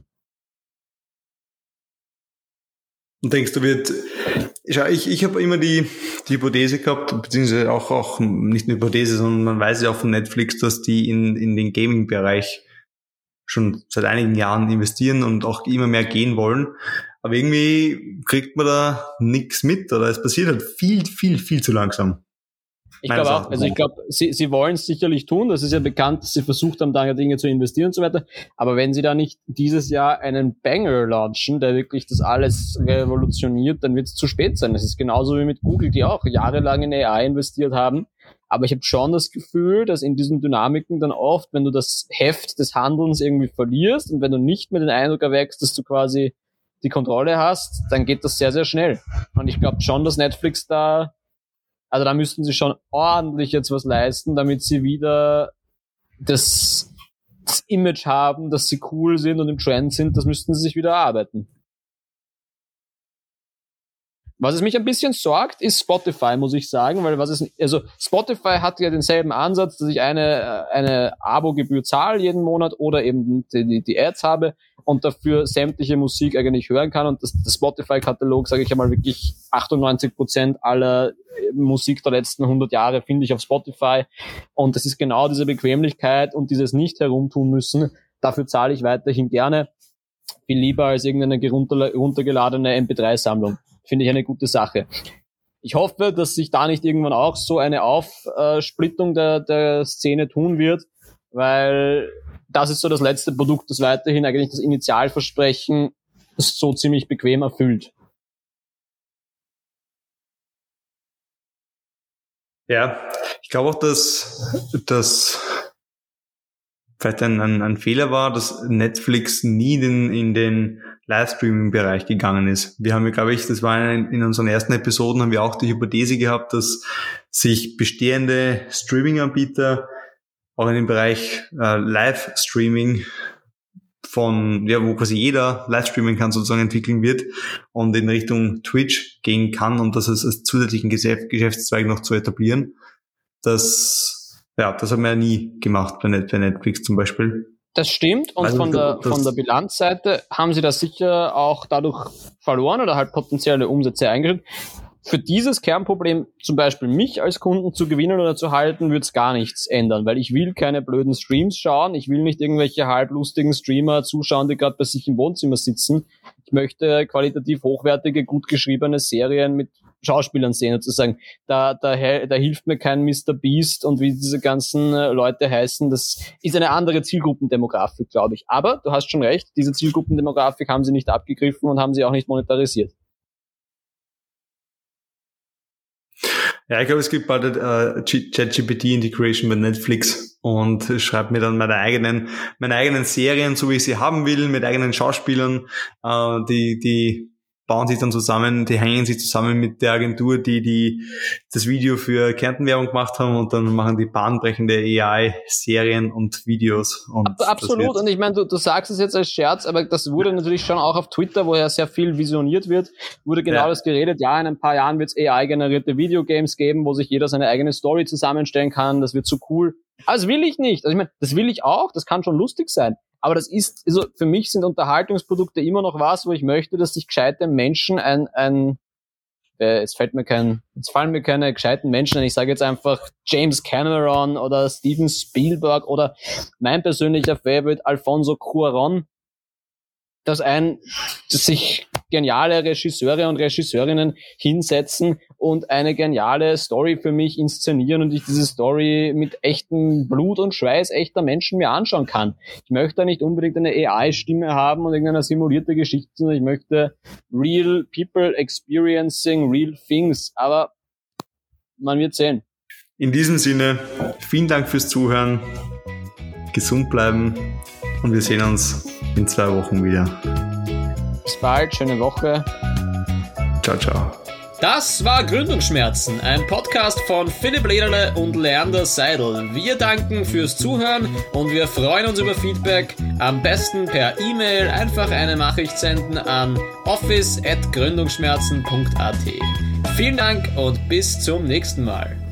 Und denkst du, ich habe immer die Hypothese gehabt, beziehungsweise auch nicht eine Hypothese, sondern man weiß ja auch von Netflix, dass die in den Gaming-Bereich schon seit einigen Jahren investieren und auch immer mehr gehen wollen. Aber irgendwie kriegt man da nichts mit oder es passiert halt viel, viel, viel zu langsam. Ich glaube auch, also ich glaube, sie wollen es sicherlich tun, das ist ja bekannt, dass sie versucht haben, da ja Dinge zu investieren und so weiter, aber wenn sie da nicht dieses Jahr einen Banger launchen, der wirklich das alles revolutioniert, dann wird es zu spät sein. Das ist genauso wie mit Google, die auch jahrelang in AI investiert haben, aber ich habe schon das Gefühl, dass in diesen Dynamiken dann oft, wenn du das Heft des Handelns irgendwie verlierst und wenn du nicht mehr den Eindruck erweckst, dass du quasi die Kontrolle hast, dann geht das sehr, sehr schnell. Und ich glaube schon, dass Netflix also da müssten sie schon ordentlich jetzt was leisten, damit sie wieder das Image haben, dass sie cool sind und im Trend sind, das müssten sie sich wieder erarbeiten. Was es mich ein bisschen sorgt, ist Spotify, muss ich sagen, weil Spotify hat ja denselben Ansatz, dass ich eine Abo-Gebühr zahle jeden Monat oder eben die Ads habe und dafür sämtliche Musik eigentlich hören kann und das Spotify-Katalog, sage ich einmal, wirklich 98% aller Musik der letzten 100 Jahre finde ich auf Spotify und das ist genau diese Bequemlichkeit und dieses nicht herumtun müssen, dafür zahle ich weiterhin gerne, viel lieber als irgendeine runtergeladene MP3-Sammlung. Finde ich eine gute Sache. Ich hoffe, dass sich da nicht irgendwann auch so eine Aufsplittung der Szene tun wird, weil das ist so das letzte Produkt, das weiterhin eigentlich das Initialversprechen so ziemlich bequem erfüllt. Ja, ich glaube auch, dass vielleicht ein Fehler war, dass Netflix nie in den Livestreaming-Bereich gegangen ist. Wir haben ja, glaube ich, das war in unseren ersten Episoden, haben wir auch die Hypothese gehabt, dass sich bestehende Streaming-Anbieter auch in dem Bereich Live-Streaming wo quasi jeder Livestreaming kann, sozusagen entwickeln wird und in Richtung Twitch gehen kann und das als zusätzlichen Geschäftszweig noch zu etablieren. Das haben wir ja nie gemacht bei Netflix zum Beispiel. Das stimmt und also von der Bilanzseite haben sie das sicher auch dadurch verloren oder halt potenzielle Umsätze eingeschränkt. Für dieses Kernproblem, zum Beispiel mich als Kunden zu gewinnen oder zu halten, wird es gar nichts ändern, weil ich will keine blöden Streams schauen, ich will nicht irgendwelche halblustigen Streamer zuschauen, die gerade bei sich im Wohnzimmer sitzen. Ich möchte qualitativ hochwertige, gut geschriebene Serien mit Schauspielern sehen, sozusagen. Da hilft mir kein Mr. Beast und wie diese ganzen Leute heißen. Das ist eine andere Zielgruppendemografik, glaube ich. Aber du hast schon recht, diese Zielgruppendemografik haben sie nicht abgegriffen und haben sie auch nicht monetarisiert. Ja, ich glaube, es gibt bald ChatGPT-Integration bei Netflix und schreibe mir dann meine eigenen Serien, so wie ich sie haben will, mit eigenen Schauspielern, die bauen sich dann zusammen, die hängen sich zusammen mit der Agentur, die das Video für Kärnten-Werbung gemacht haben und dann machen die bahnbrechende AI-Serien und Videos. Und absolut, und ich meine, du sagst es jetzt als Scherz, aber das wurde natürlich schon auch auf Twitter, wo ja sehr viel visioniert wird, wurde genau das geredet, ja, in ein paar Jahren wird es AI-generierte Videogames geben, wo sich jeder seine eigene Story zusammenstellen kann, das wird so cool. Aber das will ich nicht. Also ich meine, das will ich auch, das kann schon lustig sein. Aber das ist, also für mich sind Unterhaltungsprodukte immer noch was, wo ich möchte, dass sich gescheite Menschen jetzt fallen mir keine gescheiten Menschen ein. Ich sage jetzt einfach James Cameron oder Steven Spielberg oder mein persönlicher Favorite Alfonso Cuarón, dass sich geniale Regisseure und Regisseurinnen hinsetzen und eine geniale Story für mich inszenieren und ich diese Story mit echtem Blut und Schweiß echter Menschen mir anschauen kann. Ich möchte nicht unbedingt eine AI-Stimme haben und irgendeine simulierte Geschichte, sondern ich möchte real people experiencing real things. Aber man wird sehen. In diesem Sinne, vielen Dank fürs Zuhören. Gesund bleiben und wir sehen uns in 2 Wochen wieder. Bis bald, schöne Woche. Ciao, ciao. Das war Gründungsschmerzen, ein Podcast von Philipp Lederle und Leander Seidel. Wir danken fürs Zuhören und wir freuen uns über Feedback. Am besten per E-Mail einfach eine Nachricht senden an office@gründungsschmerzen.at. Vielen Dank und bis zum nächsten Mal.